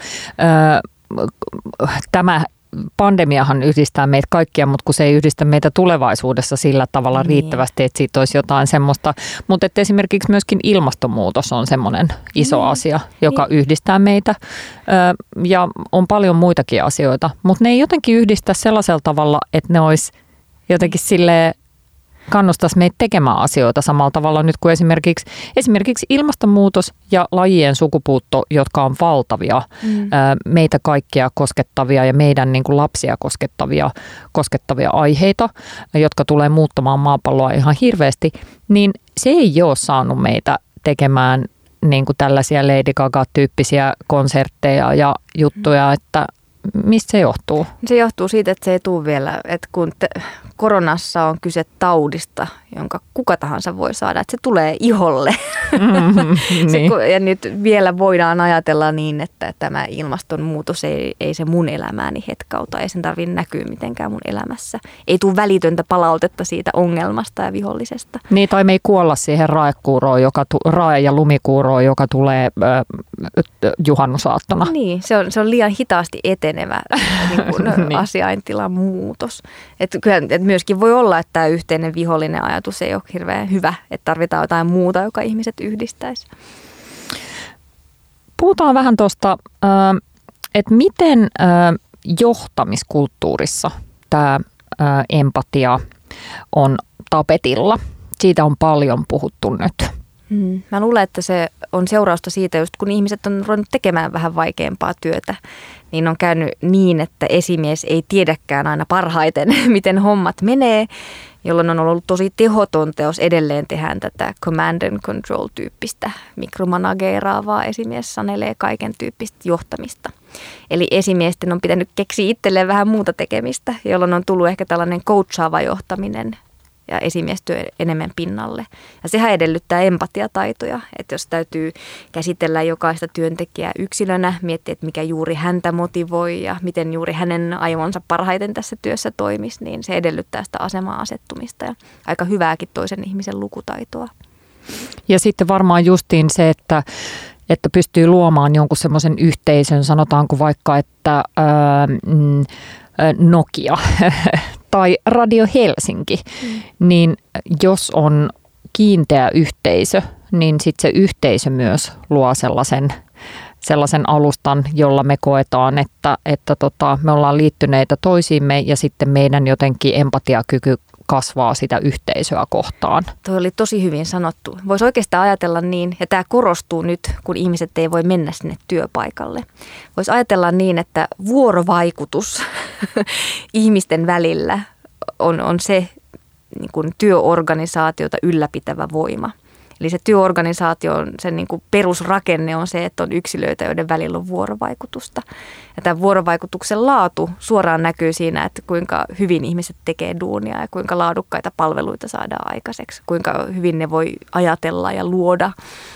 Speaker 2: Tämä pandemiahan yhdistää meitä kaikkia, mutta kun se ei yhdistä meitä tulevaisuudessa sillä tavalla niin riittävästi, että siitä olisi jotain semmoista. Mutta että esimerkiksi myöskin ilmastonmuutos on semmoinen iso niin asia, joka niin yhdistää meitä. Ja on paljon muitakin asioita, mutta ne ei jotenkin yhdistä sellaisella tavalla, että ne olisi jotenkin silleen kannustaisi meitä tekemään asioita samalla tavalla nyt kuin esimerkiksi, esimerkiksi ilmastonmuutos ja lajien sukupuutto, jotka on valtavia, mm. meitä kaikkia koskettavia ja meidän niin kuin lapsia koskettavia, koskettavia aiheita, jotka tulee muuttamaan maapalloa ihan hirveästi, niin se ei ole saanut meitä tekemään niin kuin tällaisia Lady Gaga-tyyppisiä konsertteja ja juttuja, että mistä se johtuu?
Speaker 3: Se johtuu siitä, että se ei tule vielä, että kun te, koronassa on kyse taudista, jonka kuka tahansa voi saada, että se tulee iholle. Mm-hmm, niin. se, ja nyt vielä voidaan ajatella niin, että tämä ilmastonmuutos ei, ei se mun elämääni hetkauta, ei sen tarvitse näkyä mitenkään mun elämässä. Ei tule välitöntä palautetta siitä ongelmasta ja vihollisesta.
Speaker 2: Niin, tai me ei kuolla siihen raekuuroon, joka tu, rae- ja lumikuuroon, joka tulee äh, juhannusaattona.
Speaker 3: Niin, se on, se on liian hitaasti etenevä niin kuin niin. asiaintilan muutos. Et kyllä, et myöskin voi olla, että tämä yhteinen vihollinen ajatus ei ole hirveän hyvä, että tarvitaan jotain muuta, joka ihmiset yhdistäisi.
Speaker 2: Puhutaan vähän tuosta, että miten johtamiskulttuurissa tämä empatia on tapetilla. Siitä on paljon puhuttu nyt.
Speaker 3: Hmm. Mä luulen, että se on seurausta siitä, just kun ihmiset on ruvennut tekemään vähän vaikeampaa työtä, niin on käynyt niin, että esimies ei tiedäkään aina parhaiten, miten hommat menee, jolloin on ollut tosi tehotonta, jos edelleen tehdään tätä command and control-tyyppistä mikromanageeraavaa. Esimies sanelee kaiken tyyppistä johtamista. Eli esimiesten on pitänyt keksiä itselleen vähän muuta tekemistä, jolloin on tullut ehkä tällainen coachaava johtaminen ja esimiestyö enemmän pinnalle. Ja sehän edellyttää empatiataitoja, että jos täytyy käsitellä jokaista työntekijää yksilönä, miettiä, että mikä juuri häntä motivoi ja miten juuri hänen aivonsa parhaiten tässä työssä toimisi, niin se edellyttää sitä asemaan asettumista ja aika hyvääkin toisen ihmisen lukutaitoa.
Speaker 2: Ja sitten varmaan justiin se, että, että pystyy luomaan jonkun semmoisen yhteisön, sanotaanko vaikka, että ää, Nokia tai Radio Helsinki, mm. niin jos on kiinteä yhteisö, niin sitten se yhteisö myös luo sellaisen, sellaisen alustan, jolla me koetaan, että, että tota, me ollaan liittyneitä toisiimme ja sitten meidän jotenkin empatiakyky kasvaa sitä yhteisöä kohtaan.
Speaker 3: Tuo oli tosi hyvin sanottu. Voisi oikeastaan ajatella niin, ja tämä korostuu nyt, kun ihmiset ei voi mennä sinne työpaikalle. Voisi ajatella niin, että vuorovaikutus ihmisten välillä on, on se niin kuin työorganisaatiota ylläpitävä voima. Eli se työorganisaation sen niin kuin perusrakenne on se, että on yksilöitä, joiden välillä on vuorovaikutusta. Ja tämän vuorovaikutuksen laatu suoraan näkyy siinä, että kuinka hyvin ihmiset tekee duunia ja kuinka laadukkaita palveluita saadaan aikaiseksi. Kuinka hyvin ne voi ajatella ja luoda,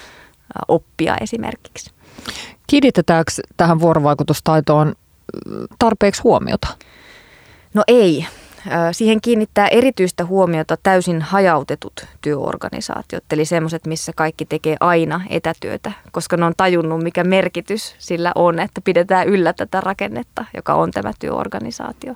Speaker 3: oppia esimerkiksi.
Speaker 2: Kiinnitetäänkö tähän vuorovaikutustaitoon tarpeeksi huomiota?
Speaker 3: No ei. Siihen kiinnittää erityistä huomiota täysin hajautetut työorganisaatiot, eli sellaiset, missä kaikki tekee aina etätyötä, koska ne on tajunnut, mikä merkitys sillä on, että pidetään yllä tätä rakennetta, joka on tämä työorganisaatio.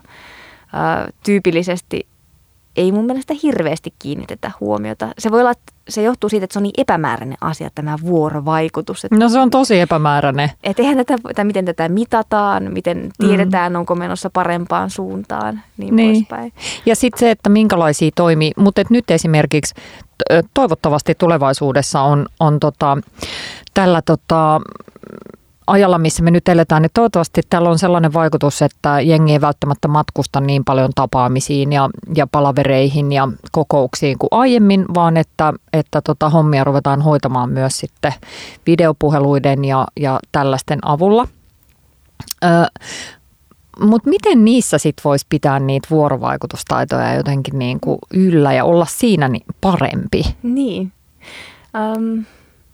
Speaker 3: Tyypillisesti ei mun mielestä hirveästi kiinnitetä huomiota. Se voi olla, että se johtuu siitä, että se on niin epämääräinen asia, tämä vuorovaikutus.
Speaker 2: No se on tosi epämääräinen.
Speaker 3: Että eihän tätä, tai miten tätä mitataan, miten tiedetään, mm. onko menossa parempaan suuntaan, niin, niin. poispäin.
Speaker 2: Ja sitten se, että minkälaisia toimii, mutta nyt esimerkiksi toivottavasti tulevaisuudessa on, on tota, tällä tota, ajalla, missä me nyt eletään, niin toivottavasti tällä on sellainen vaikutus, että jengi ei välttämättä matkusta niin paljon tapaamisiin ja, ja palavereihin ja kokouksiin kuin aiemmin, vaan että, että tota, hommia ruvetaan hoitamaan myös sitten videopuheluiden ja, ja tällaisten avulla. Ö, mutta miten niissä sitten voisi pitää niitä vuorovaikutustaitoja jotenkin niin kuin yllä ja olla siinä niin parempi?
Speaker 3: Niin. Um.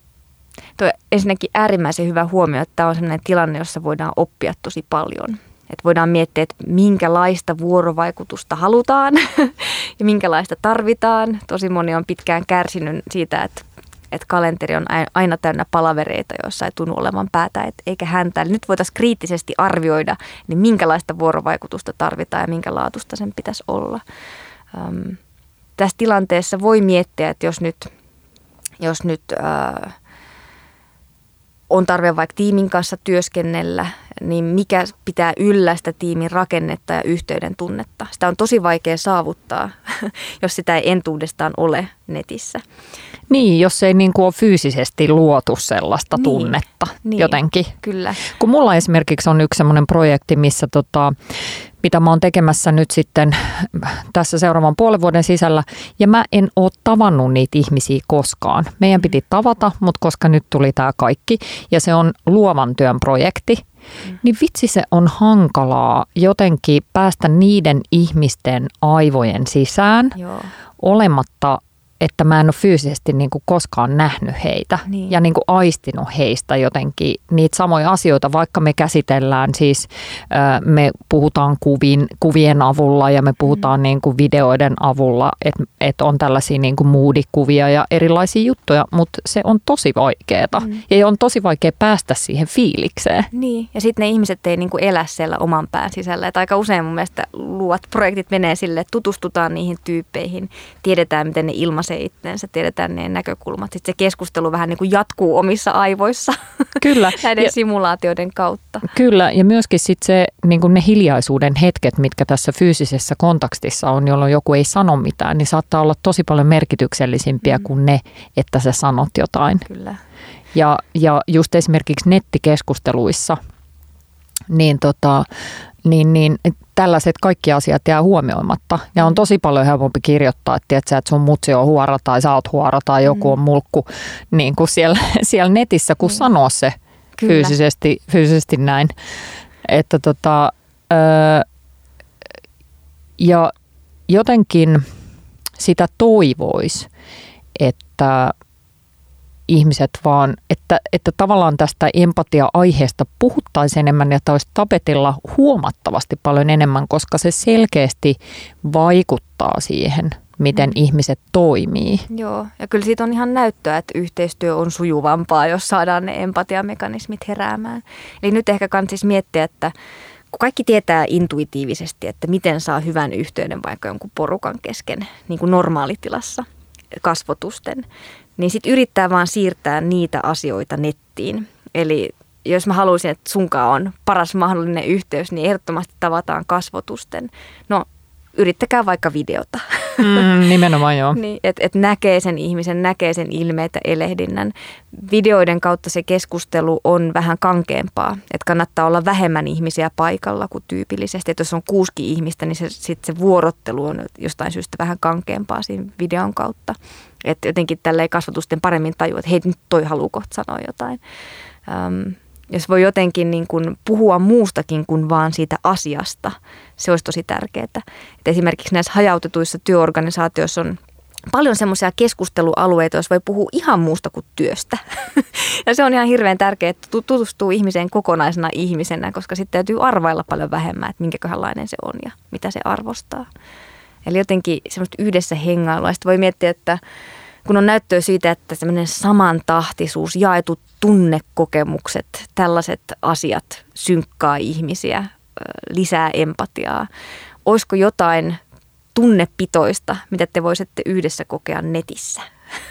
Speaker 3: Tuo ensinnäkin äärimmäisen hyvä huomio, että tämä on sellainen tilanne, jossa voidaan oppia tosi paljon. Että voidaan miettiä, että minkälaista vuorovaikutusta halutaan ja minkälaista tarvitaan. Tosi moni on pitkään kärsinyt siitä, että, että kalenteri on aina täynnä palavereita, joissa ei tunnu olevan päätä eikä häntä. Eli nyt voitaisiin kriittisesti arvioida, niin minkälaista vuorovaikutusta tarvitaan ja minkä laatusta sen pitäisi olla. Ähm, tässä tilanteessa voi miettiä, että jos nyt, jos nyt äh, on tarve vaikka tiimin kanssa työskennellä, niin mikä pitää yllä sitä tiimin rakennetta ja yhteyden tunnetta. Sitä on tosi vaikea saavuttaa, jos sitä ei entuudestaan ole netissä.
Speaker 2: Niin, jos ei niin kuin ole fyysisesti luotu sellaista niin, tunnetta
Speaker 3: niin,
Speaker 2: jotenkin.
Speaker 3: Kyllä.
Speaker 2: Kun mulla esimerkiksi on yksi semmoinen projekti, missä tota, mitä mä oon tekemässä nyt sitten tässä seuraavan puolen vuoden sisällä, ja mä en ole tavannut niitä ihmisiä koskaan. Meidän piti tavata, mutta koska nyt tuli tämä kaikki, ja se on luovan työn projekti, mm. niin vitsi se on hankalaa jotenkin päästä niiden ihmisten aivojen sisään, Joo. olematta että mä en ole fyysisesti niin kuin koskaan nähnyt heitä niin. ja niin kuin aistinut heistä jotenkin niitä samoja asioita, vaikka me käsitellään siis, me puhutaan kuvin, kuvien avulla ja me puhutaan mm. niin kuin videoiden avulla, että et on tällaisia niin kuin moodikuvia ja erilaisia juttuja, mutta se on tosi vaikeaa mm. ja on tosi vaikea päästä siihen fiilikseen. Niin,
Speaker 3: ja sitten ne ihmiset ei niin kuin elä siellä oman pään sisällä, että aika usein mun mielestä luovat projektit menee silleen, että tutustutaan niihin tyyppeihin, tiedetään miten ne ilmaisee itteensä, tiedetään ne näkökulmat. Sitten se keskustelu vähän niin kuin jatkuu omissa aivoissa
Speaker 2: Kyllä.
Speaker 3: näiden
Speaker 2: ja,
Speaker 3: simulaatioiden kautta.
Speaker 2: Kyllä, ja myöskin sit se, niin kuin ne hiljaisuuden hetket, mitkä tässä fyysisessä kontekstissa on, jolloin joku ei sano mitään, niin saattaa olla tosi paljon merkityksellisimpiä mm. kuin ne, että sä sanot jotain.
Speaker 3: Kyllä.
Speaker 2: Ja, ja just esimerkiksi nettikeskusteluissa, niin, tota, niin, niin tällaiset kaikki asiat jää huomioimatta. Ja on tosi paljon helpompi kirjoittaa, että, tiedätkö, että sun mutsi on huora tai sä oot huora tai joku on mulkku niin kuin siellä, siellä netissä, kun mm. sanoo se fyysisesti, fyysisesti näin. Että tota, öö, ja jotenkin sitä toivoisi, että ihmiset vaan, että, että tavallaan tästä empatia-aiheesta puhuttaisiin enemmän ja olisi tapetilla huomattavasti paljon enemmän, koska se selkeästi vaikuttaa siihen, miten mm. ihmiset toimii.
Speaker 3: Joo, ja kyllä siitä on ihan näyttöä, että yhteistyö on sujuvampaa, jos saadaan ne empatiamekanismit heräämään. Eli nyt ehkä kannattaisi miettiä, että kun kaikki tietää intuitiivisesti, että miten saa hyvän yhteyden vaikka jonkun porukan kesken, niin kuin normaalitilassa, kasvotusten, niin sitten yrittää vaan siirtää niitä asioita nettiin. Eli jos mä haluaisin, että sunkaan on paras mahdollinen yhteys, niin ehdottomasti tavataan kasvotusten. No, yrittäkää vaikka videota.
Speaker 2: Mm, nimenomaan joo.
Speaker 3: niin, että et näkee sen ihmisen, näkee sen ilmeet ja elehdinnän. Videoiden kautta se keskustelu on vähän kankeampaa. Että kannattaa olla vähemmän ihmisiä paikalla kuin tyypillisesti. Että jos on kuusikin ihmistä, niin se, sit se vuorottelu on jostain syystä vähän kankeampaa siinä videon kautta. Että jotenkin tälleen kasvatusten paremmin tajua, että hei, nyt toi haluaa kohta sanoa jotain. Öm, jos voi jotenkin niin kuin puhua muustakin kuin vaan siitä asiasta, se olisi tosi tärkeää. Että esimerkiksi näissä hajautetuissa työorganisaatioissa on paljon semmoisia keskustelualueita, jos voi puhua ihan muusta kuin työstä. Ja se on ihan hirveän tärkeää, että tutustuu ihmiseen kokonaisena ihmisenä, koska sitten täytyy arvailla paljon vähemmän, että minkälainen se on ja mitä se arvostaa. Eli jotenkin semmoista yhdessä hengailua. Sitten voi miettiä, että kun on näyttöä siitä, että semmoinen samantahtisuus, jaetut tunnekokemukset, tällaiset asiat synkkaa ihmisiä, lisää empatiaa. Olisiko jotain tunnepitoista, mitä te voisitte yhdessä kokea netissä?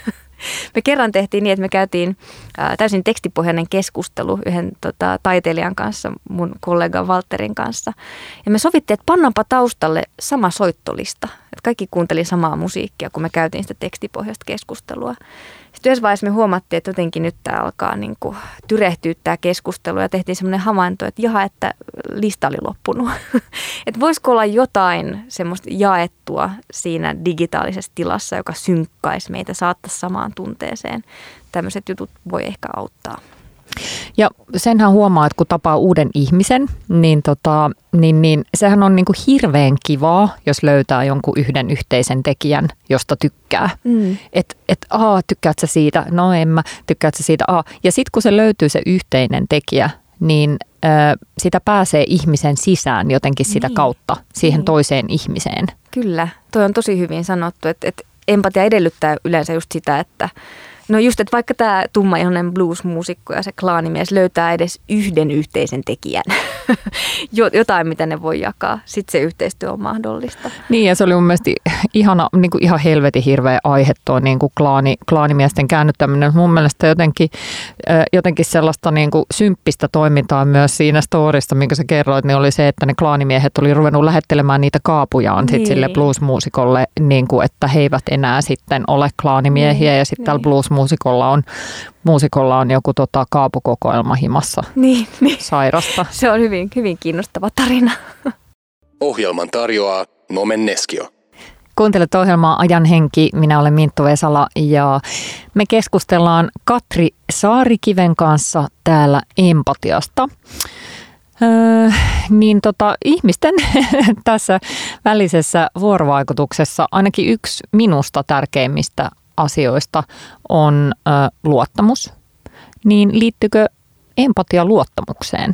Speaker 3: Me kerran tehtiin niin, että me käytiin ää, täysin tekstipohjainen keskustelu yhden tota, taiteilijan kanssa, mun kollegan Valterin kanssa. Ja me sovittiin, että pannaanpa taustalle sama soittolista. Että kaikki kuunteli samaa musiikkia, kun me käytiin sitä tekstipohjaista keskustelua. Sitten yhdessä vaiheessa me huomattiin, että jotenkin nyt tämä alkaa niin kuin tyrehtyä tämä keskustelu. Ja tehtiin semmoinen havainto, että jaha, että lista oli loppunut. Että voisiko olla jotain semmoista jaettua siinä digitaalisessa tilassa, joka synkkaisi meitä, saattaisi samaan tunteeseen. Tämmöiset jutut voi ehkä auttaa.
Speaker 2: Ja senhän huomaa, että kun tapaa uuden ihmisen, niin, tota, niin, niin sehän on niin kuin hirveän kivaa, jos löytää jonkun yhden yhteisen tekijän, josta tykkää. Mm. Että et, aa, tykkäätkö sä siitä? No en mä. Tykkäätkö sä siitä? Aa. Ja sitten kun se löytyy se yhteinen tekijä, niin ö, sitä pääsee ihmisen sisään jotenkin sitä niin. kautta siihen niin. toiseen ihmiseen.
Speaker 3: Kyllä, toi on tosi hyvin sanottu, että, että empatia edellyttää yleensä just sitä, että no just, että vaikka tämä tummaihoinen blues-muusikko ja se klaanimies löytää edes yhden yhteisen tekijän, jotain mitä ne voi jakaa, sitten se yhteistyö on mahdollista.
Speaker 2: Niin ja se oli mun mielestä ihana, niin kuin ihan helvetin hirveä aihe tuo niin kuin klaani, klaanimiesten käännyttäminen. Mun mielestä jotenkin, jotenkin sellaista niin kuin symppistä toimintaa myös siinä storista, minkä sä kerroit, niin oli se, että ne klaanimiehet oli ruvennut lähettelemään niitä kaapujaan niin. sit sille blues-muusikolle, niin kuin, että he eivät enää sitten ole klaanimiehiä niin. ja sitten niin. täällä blues Muusikolla on, muusikolla on joku tota, kaapukokoelma himassa
Speaker 3: niin, niin.
Speaker 2: sairasta.
Speaker 3: Se on hyvin, hyvin kiinnostava tarina.
Speaker 1: Ohjelman tarjoaa Nomen Neskio.
Speaker 2: Kuuntelet ohjelmaa Ajan henki. Minä olen Minttu Vesala ja me keskustellaan Katri Saarikiven kanssa täällä empatiasta. Öö, niin tota, ihmisten tässä välisessä vuorovaikutuksessa ainakin yksi minusta tärkeimmistä asioista on ö, luottamus, niin liittyykö empatia luottamukseen?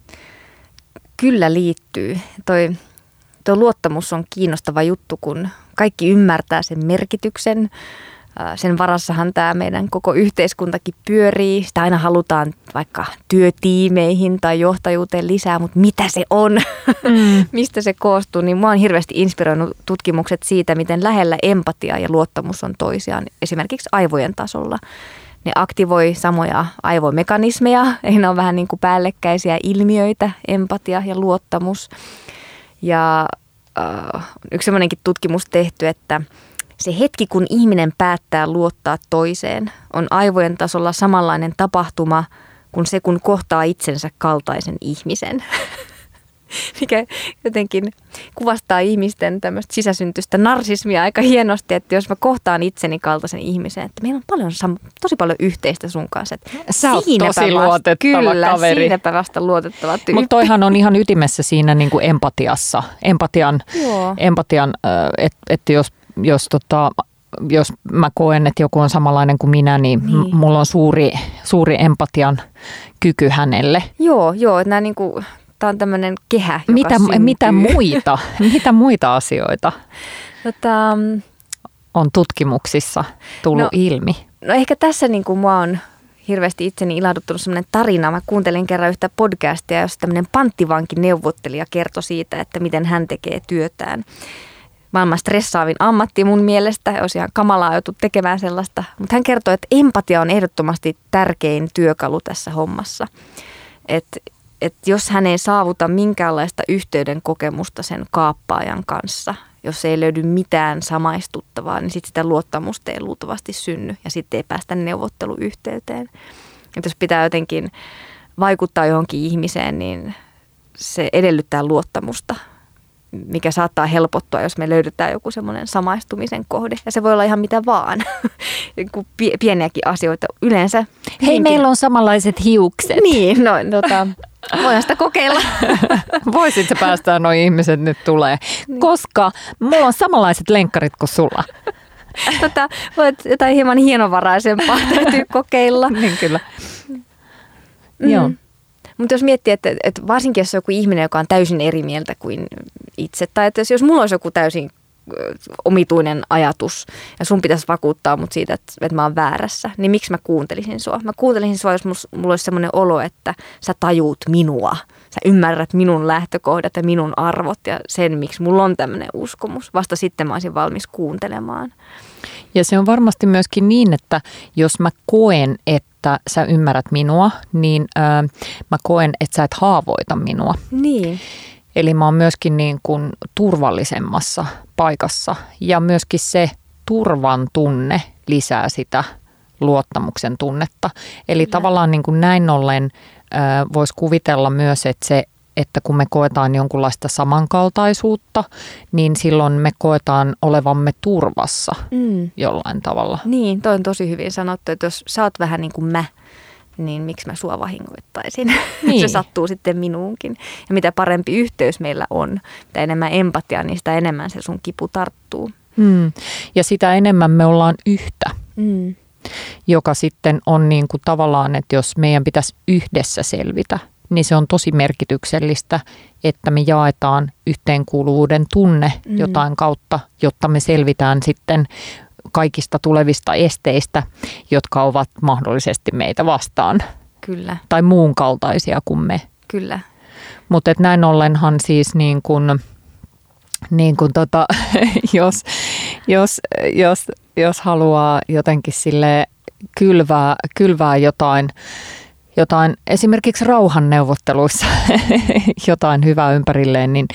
Speaker 3: Kyllä liittyy. Toi, toi luottamus on kiinnostava juttu, kun kaikki ymmärtää sen merkityksen. Sen varassahan tämä meidän koko yhteiskuntakin pyörii. Sitä aina halutaan vaikka työtiimeihin tai johtajuuteen lisää, mutta mitä se on, mm. mistä se koostuu, niin mua on hirveästi inspiroinut tutkimukset siitä, miten lähellä empatia ja luottamus on toisiaan, esimerkiksi aivojen tasolla. ne aktivoi samoja aivomekanismeja, eli ne on vähän niin kuin päällekkäisiä ilmiöitä, empatia ja luottamus. Ja äh, yksi semmoinenkin tutkimus tehty, että se hetki, kun ihminen päättää luottaa toiseen, on aivojen tasolla samanlainen tapahtuma kuin se, kun kohtaa itsensä kaltaisen ihmisen. Mikä jotenkin kuvastaa ihmisten tämmöistä sisäsyntyistä narsismia aika hienosti, että jos mä kohtaan itseni kaltaisen ihmisen, että meillä on paljon, tosi paljon yhteistä sun kanssa.
Speaker 2: Sä oot tosi vasta, luotettava
Speaker 3: kyllä,
Speaker 2: kaveri.
Speaker 3: Siinäpä vasta luotettava tyyppi.
Speaker 2: Mutta toihan on ihan ytimessä siinä niin kuin empatiassa. Empatian, empatian että et jos, jos, tota, jos mä koen, että joku on samanlainen kuin minä, niin, niin. mulla on suuri, suuri empatian kyky hänelle.
Speaker 3: Joo, joo, että nämä niin kuin... Tämä on tämmöinen kehä, joka
Speaker 2: mitä,
Speaker 3: syntyy.
Speaker 2: Mitä muita, mitä muita asioita
Speaker 3: tota,
Speaker 2: on tutkimuksissa tullut
Speaker 3: no,
Speaker 2: ilmi?
Speaker 3: No ehkä tässä niin kuin mua on hirveästi itseni ilahduttanut semmoinen tarina. Mä kuuntelin kerran yhtä podcastia, jossa tämmöinen panttivankineuvottelija kertoi siitä, että miten hän tekee työtään. Maailman stressaavin ammatti mun mielestä, olisi ihan kamalaa joutu tekemään sellaista. Mutta hän kertoi, että empatia on ehdottomasti tärkein työkalu tässä hommassa. Että että jos hän ei saavuta minkäänlaista yhteyden kokemusta sen kaappaajan kanssa, jos ei löydy mitään samaistuttavaa, niin sitten sitä luottamusta ei luultavasti synny ja sitten ei päästä neuvotteluyhteyteen. Että jos pitää jotenkin vaikuttaa johonkin ihmiseen, niin se edellyttää luottamusta, mikä saattaa helpottua, jos me löydetään joku semmoinen samaistumisen kohde. Ja se voi olla ihan mitä vaan, pieniäkin asioita yleensä.
Speaker 2: Hei,
Speaker 3: henki...
Speaker 2: meillä on samanlaiset hiukset.
Speaker 3: Niin, no tota... Voidaan sitä kokeilla.
Speaker 2: Voisit sä päästää nuo ihmiset nyt tulee, niin. Koska mulla on samanlaiset lenkkarit kuin sulla.
Speaker 3: Tota, voit jotain hieman hienovaraisempaa täytyy kokeilla.
Speaker 2: Niin kyllä.
Speaker 3: Mm. Joo. Mutta jos miettii, että, että varsinkin jos on joku ihminen, joka on täysin eri mieltä kuin itse, tai että jos mulla olisi joku täysin omituinen ajatus ja sun pitäisi vakuuttaa mut siitä, että, että mä oon väärässä, niin miksi mä kuuntelisin sua? Mä kuuntelisin sua, jos mulla olisi semmoinen olo, että sä tajuut minua. Sä ymmärrät minun lähtökohdat ja minun arvot ja sen, miksi mulla on tämmöinen uskomus. Vasta sitten mä olisin valmis kuuntelemaan.
Speaker 2: Ja se on varmasti myöskin niin, että jos mä koen, että sä ymmärrät minua, niin ää, mä koen, että sä et haavoita minua.
Speaker 3: Niin.
Speaker 2: Eli mä oon myöskin niin kuin turvallisemmassa paikassa ja myöskin se turvan tunne lisää sitä luottamuksen tunnetta. Eli Kyllä. tavallaan niin kuin näin ollen voisi kuvitella myös, että se, että kun me koetaan jonkunlaista samankaltaisuutta, niin silloin me koetaan olevamme turvassa mm. jollain tavalla.
Speaker 3: Niin, toi on tosi hyvin sanottu, että jos sä oot vähän niin kuin mä, niin miksi mä sua vahingoittaisin. Niin. Se sattuu sitten minuunkin. Ja mitä parempi yhteys meillä on, mitä enemmän empatiaa, niin sitä enemmän se sun kipu tarttuu.
Speaker 2: Mm. Ja sitä enemmän me ollaan yhtä, mm. joka sitten on niin kuin tavallaan, että jos meidän pitäisi yhdessä selvitä, niin se on tosi merkityksellistä, että me jaetaan yhteenkuuluvuuden tunne mm. jotain kautta, jotta me selvitään sitten kaikista tulevista esteistä, jotka ovat mahdollisesti meitä vastaan.
Speaker 3: Kyllä.
Speaker 2: Tai muun kaltaisia kuin me.
Speaker 3: Kyllä.
Speaker 2: Mutta näin ollenhan siis niin kuin, niin kuin tota, jos, jos, jos, jos haluaa jotenkin sille kylvää, kylvää jotain, jotain, esimerkiksi rauhanneuvotteluissa jotain hyvää ympärilleen, niin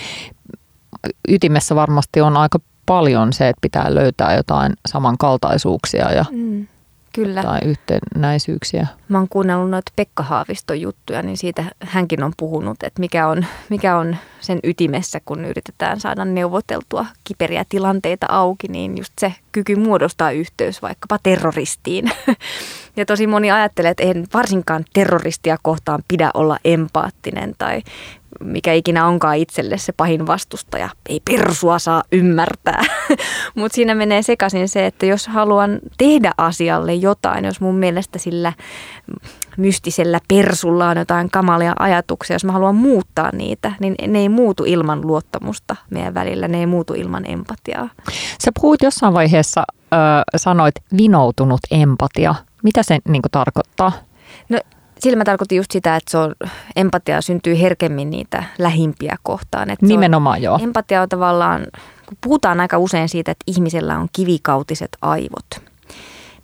Speaker 2: ytimessä varmasti on aika paljon se, että pitää löytää jotain samankaltaisuuksia ja mm,
Speaker 3: kyllä.
Speaker 2: tai yhtenäisyyksiä.
Speaker 3: Mä oon kuunnellut noita Pekka Haaviston juttuja, niin siitä hänkin on puhunut, että mikä on, mikä on sen ytimessä, kun yritetään saada neuvoteltua kiperiä tilanteita auki, niin just se kyky muodostaa yhteys vaikkapa terroristiin. Ja tosi moni ajattelee, että ei varsinkaan terroristia kohtaan pidä olla empaattinen tai mikä ikinä onkaan itselle se pahin vastustaja. Ei persua saa ymmärtää. Mutta siinä menee sekaisin se, että jos haluan tehdä asialle jotain, jos mun mielestä sillä mystisellä persulla on jotain kamalia ajatuksia, jos mä haluan muuttaa niitä, niin ne ei muutu ilman luottamusta meidän välillä, ne ei muutu ilman empatiaa.
Speaker 2: Sä puhuit jossain vaiheessa, äh, sanoit vinoutunut empatia. Mitä se niin kuin tarkoittaa? No
Speaker 3: sillä mä tarkoitin just sitä, että se on, empatia syntyy herkemmin niitä lähimpiä kohtaan. Että
Speaker 2: nimenomaan
Speaker 3: on,
Speaker 2: joo.
Speaker 3: Empatia on tavallaan, kun puhutaan aika usein siitä, että ihmisellä on kivikautiset aivot,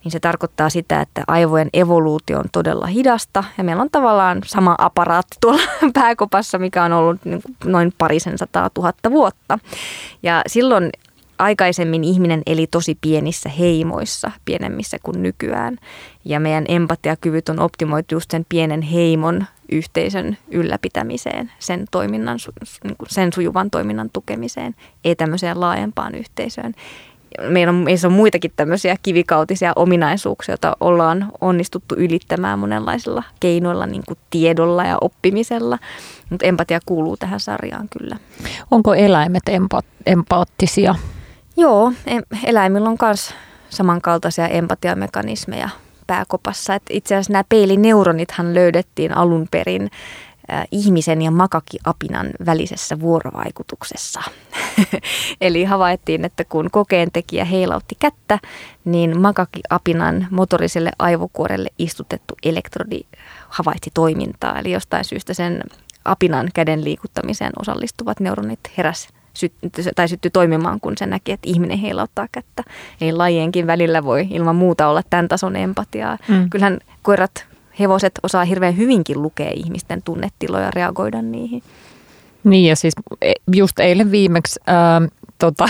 Speaker 3: niin se tarkoittaa sitä, että aivojen evoluutio on todella hidasta ja meillä on tavallaan sama aparaatti tuolla pääkopassa, mikä on ollut noin parisen sataa tuhatta vuotta. Ja silloin aikaisemmin ihminen eli tosi pienissä heimoissa, pienemmissä kuin nykyään. Ja meidän empatiakyvyt on optimoitu just sen pienen heimon yhteisön ylläpitämiseen, sen, toiminnan, sen sujuvan toiminnan tukemiseen, ei tämmöiseen laajempaan yhteisöön. Meillä on, meissä on muitakin tämmöisiä kivikautisia ominaisuuksia, joita ollaan onnistuttu ylittämään monenlaisilla keinoilla, niin kuin tiedolla ja oppimisella, mutta empatia kuuluu tähän sarjaan kyllä.
Speaker 2: Onko eläimet empa- empaattisia?
Speaker 3: Joo, eläimillä on myös samankaltaisia empatiamekanismeja pääkopassa. Et itse asiassa nämä peilineuronithan löydettiin alun perin äh, ihmisen ja makakiapinan välisessä vuorovaikutuksessa. Eli havaittiin, että kun kokeentekijä heilautti kättä, niin makakiapinan motoriselle aivokuorelle istutettu elektrodi havaitsi toimintaa. Eli jostain syystä sen apinan käden liikuttamiseen osallistuvat neuronit heräs tai syttyi toimimaan, kun se näki, että ihminen heilauttaa kättä. Eli lajienkin välillä voi ilman muuta olla tämän tason empatiaa. Mm. Kyllähän koirat, hevoset osaa hirveän hyvinkin lukea ihmisten tunnetiloja ja reagoida niihin.
Speaker 2: Niin ja siis just eilen viimeksi, ää, tota,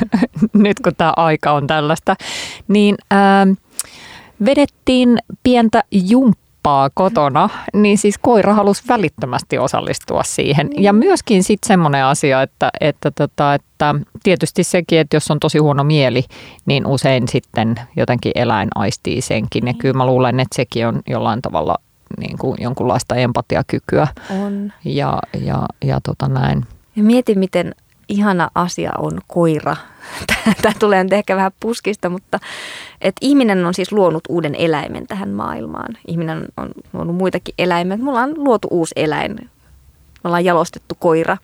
Speaker 2: nyt kun tämä aika on tällaista, niin ää, vedettiin pientä jumppaa kotona, niin siis koira halusi välittömästi osallistua siihen. Ja myöskin sitten semmoinen asia, että, että, tota, että tietysti sekin, että jos on tosi huono mieli, niin usein sitten jotenkin eläin aistii senkin. Ja kyllä mä luulen, että sekin on jollain tavalla niin kuin jonkunlaista empatiakykyä. On. Ja, ja, ja tota näin.
Speaker 3: Ja mieti, miten ihana asia on koira. Tämä tulee nyt ehkä vähän puskista, mutta että ihminen on siis luonut uuden eläimen tähän maailmaan. Ihminen on luonut muitakin eläimiä. Mulla on luotu uusi eläin. Me ollaan jalostettu koira.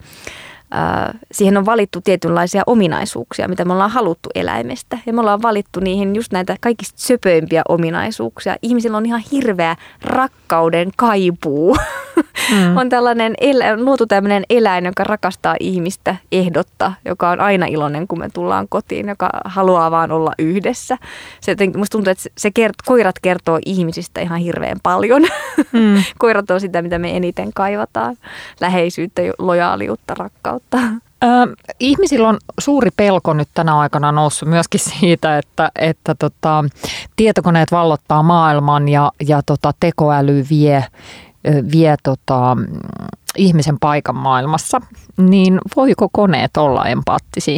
Speaker 3: Siihen on valittu tietynlaisia ominaisuuksia, mitä me ollaan haluttu eläimestä. Ja me ollaan valittu niihin just näitä kaikista söpöimpiä ominaisuuksia. Ihmisillä on ihan hirveä rakkauden kaipuu. Mm. On tällainen elä, luotu tämmöinen eläin, joka rakastaa ihmistä ehdotta, joka on aina iloinen, kun me tullaan kotiin, joka haluaa vaan olla yhdessä. Se, musta tuntuu, että se kert, koirat kertoo ihmisistä ihan hirveän paljon. Mm. Koirat on sitä, mitä me eniten kaivataan. Läheisyyttä, lojaaliutta, rakkautta.
Speaker 2: Ö, ihmisillä on suuri pelko nyt tänä aikana noussut myöskin siitä, että, että tota, tietokoneet vallottaa maailman ja, ja tota, tekoäly vie, vie tota, ihmisen paikan maailmassa. Niin voiko koneet olla empaattisia?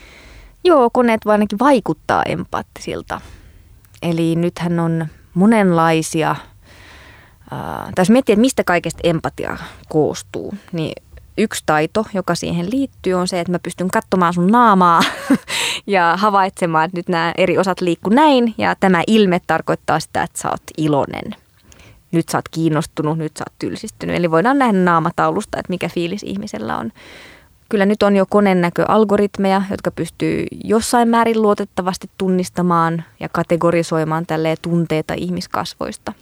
Speaker 3: Joo, koneet voi ainakin vaikuttaa empaattisilta. Eli nythän on monenlaisia, äh, tai jos miettii, että mistä kaikesta empatia koostuu, niin yksi taito, joka siihen liittyy, on se, että mä pystyn katsomaan sun naamaa ja havaitsemaan, että nyt nämä eri osat liikkuu näin ja tämä ilme tarkoittaa sitä, että sä oot iloinen. Nyt sä oot kiinnostunut, nyt sä oot tylsistynyt. Eli voidaan nähdä naamataulusta, että mikä fiilis ihmisellä on. Kyllä nyt on jo konennäköalgoritmeja, jotka pystyy jossain määrin luotettavasti tunnistamaan ja kategorisoimaan tälleen tunteita ihmiskasvoista.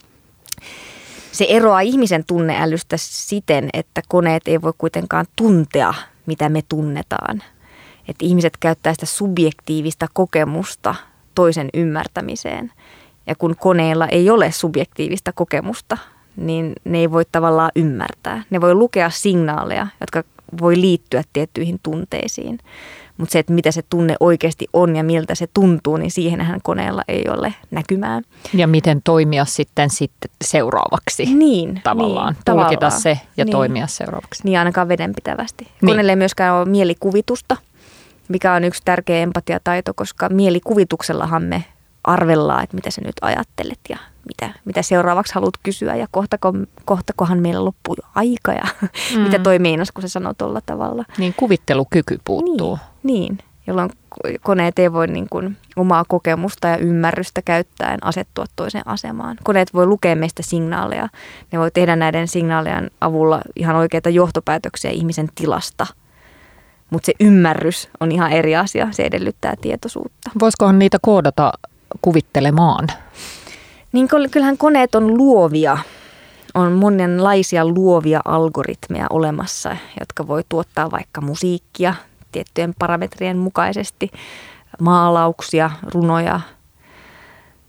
Speaker 3: Se eroaa ihmisen tunneälystä siten, että koneet ei voi kuitenkaan tuntea, mitä me tunnetaan. Että ihmiset käyttää sitä subjektiivista kokemusta toisen ymmärtämiseen. Ja kun koneella ei ole subjektiivista kokemusta, niin ne ei voi tavallaan ymmärtää. Ne voi lukea signaaleja, jotka voi liittyä tiettyihin tunteisiin. Mutta se, että mitä se tunne oikeasti on ja miltä se tuntuu, niin siihenhän koneella ei ole näkymää.
Speaker 2: Ja miten toimia sitten, sitten seuraavaksi.
Speaker 3: Niin.
Speaker 2: Tavallaan.
Speaker 3: Niin,
Speaker 2: Tulkita
Speaker 3: tavallaan.
Speaker 2: se ja
Speaker 3: niin.
Speaker 2: toimia seuraavaksi.
Speaker 3: Niin ainakaan vedenpitävästi.
Speaker 2: Niin.
Speaker 3: Koneelle ei myöskään ole mielikuvitusta, mikä on yksi tärkeä empatiataito, koska mielikuvituksellahan me arvellaan, että mitä sä nyt ajattelet ja mitä, mitä seuraavaksi haluat kysyä ja kohtako, kohtakohan meillä loppuu jo aika ja mm. mitä toi meinas, kun se sanoo tuolla tavalla.
Speaker 2: Niin kuvittelukyky puuttuu.
Speaker 3: Niin, niin. Jolloin koneet ei voi niin kuin omaa kokemusta ja ymmärrystä käyttäen asettua toiseen asemaan. Koneet voi lukea meistä signaaleja. Ne voi tehdä näiden signaalien avulla ihan oikeita johtopäätöksiä ihmisen tilasta. Mutta se ymmärrys on ihan eri asia. Se edellyttää tietoisuutta.
Speaker 2: Voisikohan niitä koodata kuvittelemaan?
Speaker 3: Niin kyllähän koneet on luovia. On monenlaisia luovia algoritmeja olemassa, jotka voi tuottaa vaikka musiikkia tiettyjen parametrien mukaisesti, maalauksia, runoja.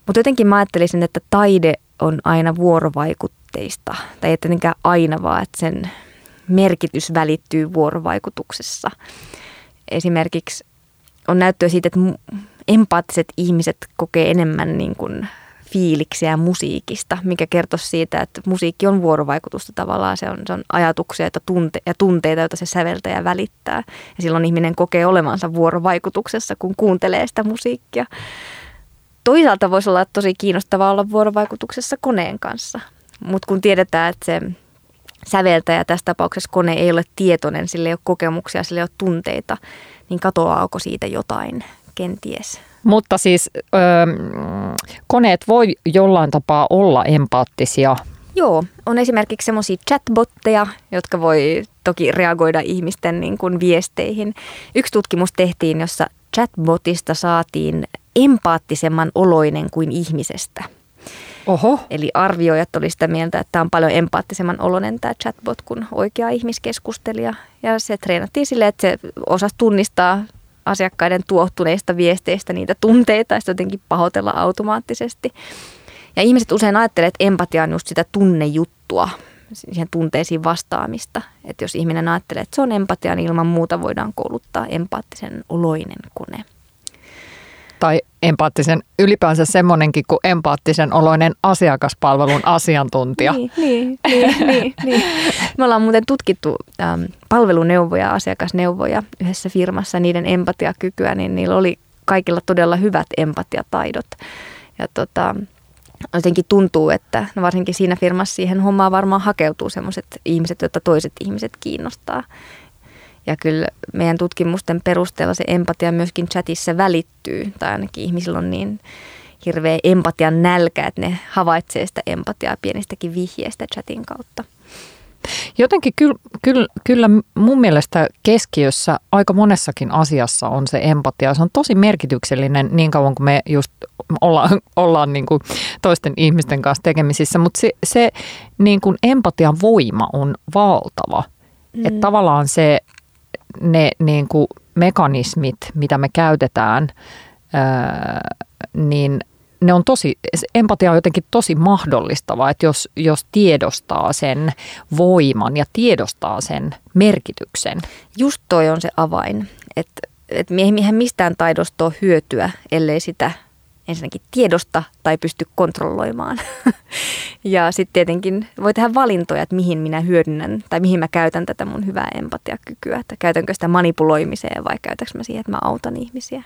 Speaker 3: Mutta jotenkin mä ajattelisin, että taide on aina vuorovaikutteista. Tai ei tietenkään aina, vaan että sen merkitys välittyy vuorovaikutuksessa. Esimerkiksi on näyttöä siitä, että empaattiset ihmiset kokee enemmän niin kuin fiiliksiä musiikista, mikä kertoisi siitä, että musiikki on vuorovaikutusta tavallaan. Se on, se on ajatuksia ja, tunte, ja tunteita, joita se säveltäjä välittää. Ja silloin ihminen kokee olevansa vuorovaikutuksessa, kun kuuntelee sitä musiikkia. Toisaalta voisi olla tosi kiinnostavaa olla vuorovaikutuksessa koneen kanssa. Mutta kun tiedetään, että se säveltäjä, tässä tapauksessa kone, ei ole tietoinen, sillä ei ole kokemuksia, sillä ei ole tunteita, niin katoaako siitä jotain kenties?
Speaker 2: Mutta siis ö, koneet voi jollain tapaa olla empaattisia.
Speaker 3: Joo, on esimerkiksi semmoisia chatbotteja, jotka voi toki reagoida ihmisten niin kuin viesteihin. Yksi tutkimus tehtiin, jossa chatbotista saatiin empaattisemman oloinen kuin ihmisestä.
Speaker 2: Oho.
Speaker 3: Eli arvioijat oli sitä mieltä, että tämä on paljon empaattisemman oloinen tämä chatbot kuin oikea ihmiskeskustelija. Ja se treenattiin silleen, että se osasi tunnistaa asiakkaiden tuohtuneista viesteistä niitä tunteita ja sitten jotenkin pahoitella automaattisesti. Ja ihmiset usein ajattelee, että empatia on just sitä tunnejuttua, siihen tunteisiin vastaamista. Että jos ihminen ajattelee, että se on empatia, niin ilman muuta voidaan kouluttaa empaattisen oloinen kone.
Speaker 2: Tai empaattisen, ylipäänsä semmoinenkin kuin empaattisen oloinen asiakaspalvelun asiantuntija.
Speaker 3: Niin, niin, niin, niin, niin. Me ollaan muuten tutkittu ähm, palveluneuvoja, asiakasneuvoja yhdessä firmassa, niiden empatiakykyä, niin niillä oli kaikilla todella hyvät empatiataidot. Ja tota, jotenkin tuntuu, että no varsinkin siinä firmassa siihen hommaan varmaan hakeutuu sellaiset ihmiset, joita toiset ihmiset kiinnostaa. Ja kyllä meidän tutkimusten perusteella se empatia myöskin chatissa välittyy, tai ainakin ihmisillä on niin hirveä empatian nälkä, että ne havaitsee sitä empatiaa pienistäkin vihjeistä chatin kautta.
Speaker 2: Jotenkin kyllä, kyllä, kyllä mun mielestä keskiössä aika monessakin asiassa on se empatia. Se on tosi merkityksellinen niin kauan kuin me just ollaan, ollaan niin kuin toisten ihmisten kanssa tekemisissä, mutta se, se niin kuin empatian voima on valtava. Mm. Että tavallaan se ne niin kuin mekanismit, mitä me käytetään, ää, niin ne on tosi, empatia on jotenkin tosi mahdollistavaa, että jos, jos tiedostaa sen voiman ja tiedostaa sen merkityksen.
Speaker 3: Just toi on se avain, että, että eihän mistään taidosta ole hyötyä, ellei sitä ensinnäkin tiedosta tai pysty kontrolloimaan. Ja sitten tietenkin voi tehdä valintoja, että mihin minä hyödynnän tai mihin mä käytän tätä mun hyvää empatiakykyä. Että käytänkö sitä manipuloimiseen vai käytänkö mä siihen, että mä autan ihmisiä.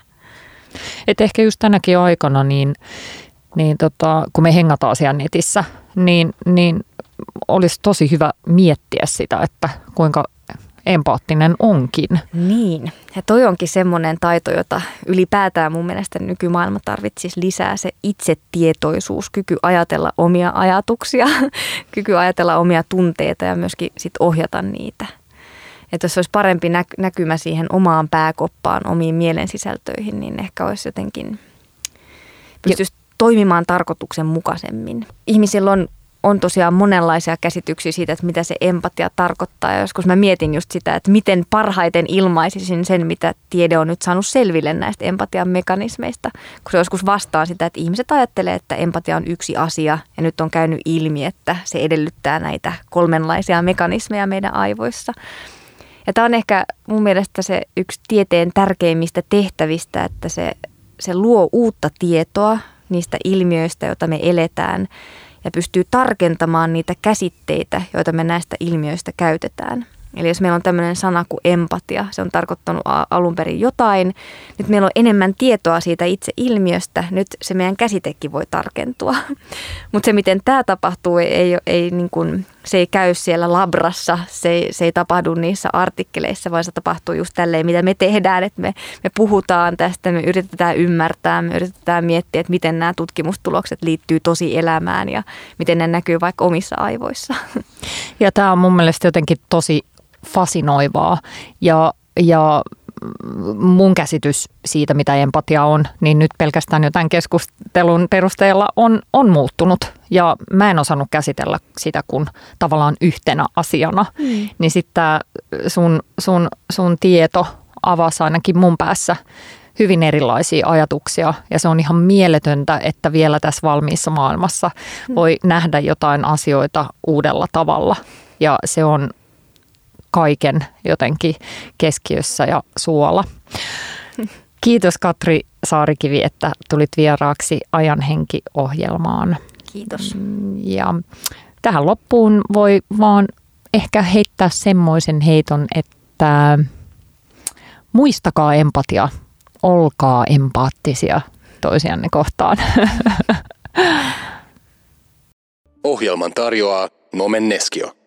Speaker 2: Et ehkä just tänäkin aikana, niin, niin tota, kun me hengataan siellä netissä, niin, niin olisi tosi hyvä miettiä sitä, että kuinka empaattinen onkin.
Speaker 3: Niin, ja toi onkin semmoinen taito, jota ylipäätään mun mielestä nykymaailma tarvitsisi lisää, se itsetietoisuus, kyky ajatella omia ajatuksia, kyky ajatella omia tunteita ja myöskin sit ohjata niitä. Että jos olisi parempi näkymä siihen omaan pääkoppaan, omiin mielensisältöihin, niin ehkä olisi jotenkin, pystyisi toimimaan tarkoituksenmukaisemmin. Ihmisillä on On tosiaan monenlaisia käsityksiä siitä, että mitä se empatia tarkoittaa. Ja joskus mä mietin just sitä, että miten parhaiten ilmaisisin sen, mitä tiede on nyt saanut selville näistä empatian mekanismeista. Kun se joskus vastaa sitä, että ihmiset ajattelee, että empatia on yksi asia. Ja nyt on käynyt ilmi, että se edellyttää näitä kolmenlaisia mekanismeja meidän aivoissa. Ja tämä on ehkä mun mielestä se yksi tieteen tärkeimmistä tehtävistä, että se, se luo uutta tietoa niistä ilmiöistä, joita me eletään. Ja pystyy tarkentamaan niitä käsitteitä, joita me näistä ilmiöistä käytetään. Eli jos meillä on tämmöinen sana kuin empatia, se on tarkoittanut alun perin jotain. Nyt meillä on enemmän tietoa siitä itse ilmiöstä, nyt se meidän käsitekin voi tarkentua. Mutta se, miten tämä tapahtuu, ei, ei, ei, niin kuin, se ei käy siellä labrassa, se ei, se ei tapahdu niissä artikkeleissa, vaan se tapahtuu just tälleen, mitä me tehdään. Että me, me puhutaan tästä, me yritetään ymmärtää, me yritetään miettiä, että miten nämä tutkimustulokset liittyy tosi elämään ja miten ne näkyy vaikka omissa aivoissa.
Speaker 2: Ja tämä on mun mielestä jotenkin tosi fasinoivaa ja, ja mun käsitys siitä, mitä empatia on, niin nyt pelkästään jo tämän keskustelun perusteella on, on muuttunut. Ja mä en osannut käsitellä sitä kun tavallaan yhtenä asiana. Mm. Niin sitten sun, sun, sun tieto avasi ainakin mun päässä hyvin erilaisia ajatuksia ja se on ihan mieletöntä, että vielä tässä valmiissa maailmassa voi nähdä jotain asioita uudella tavalla ja se on kaiken jotenkin keskiössä ja suola. Kiitos Katri Saarikivi, että tulit vieraaksi Ajan henki-ohjelmaan.
Speaker 3: Kiitos.
Speaker 2: Ja tähän loppuun voi vaan ehkä heittää semmoisen heiton, että muistakaa empatia, olkaa empaattisia toisianne kohtaan.
Speaker 1: Ohjelman tarjoaa Nomen Neskio.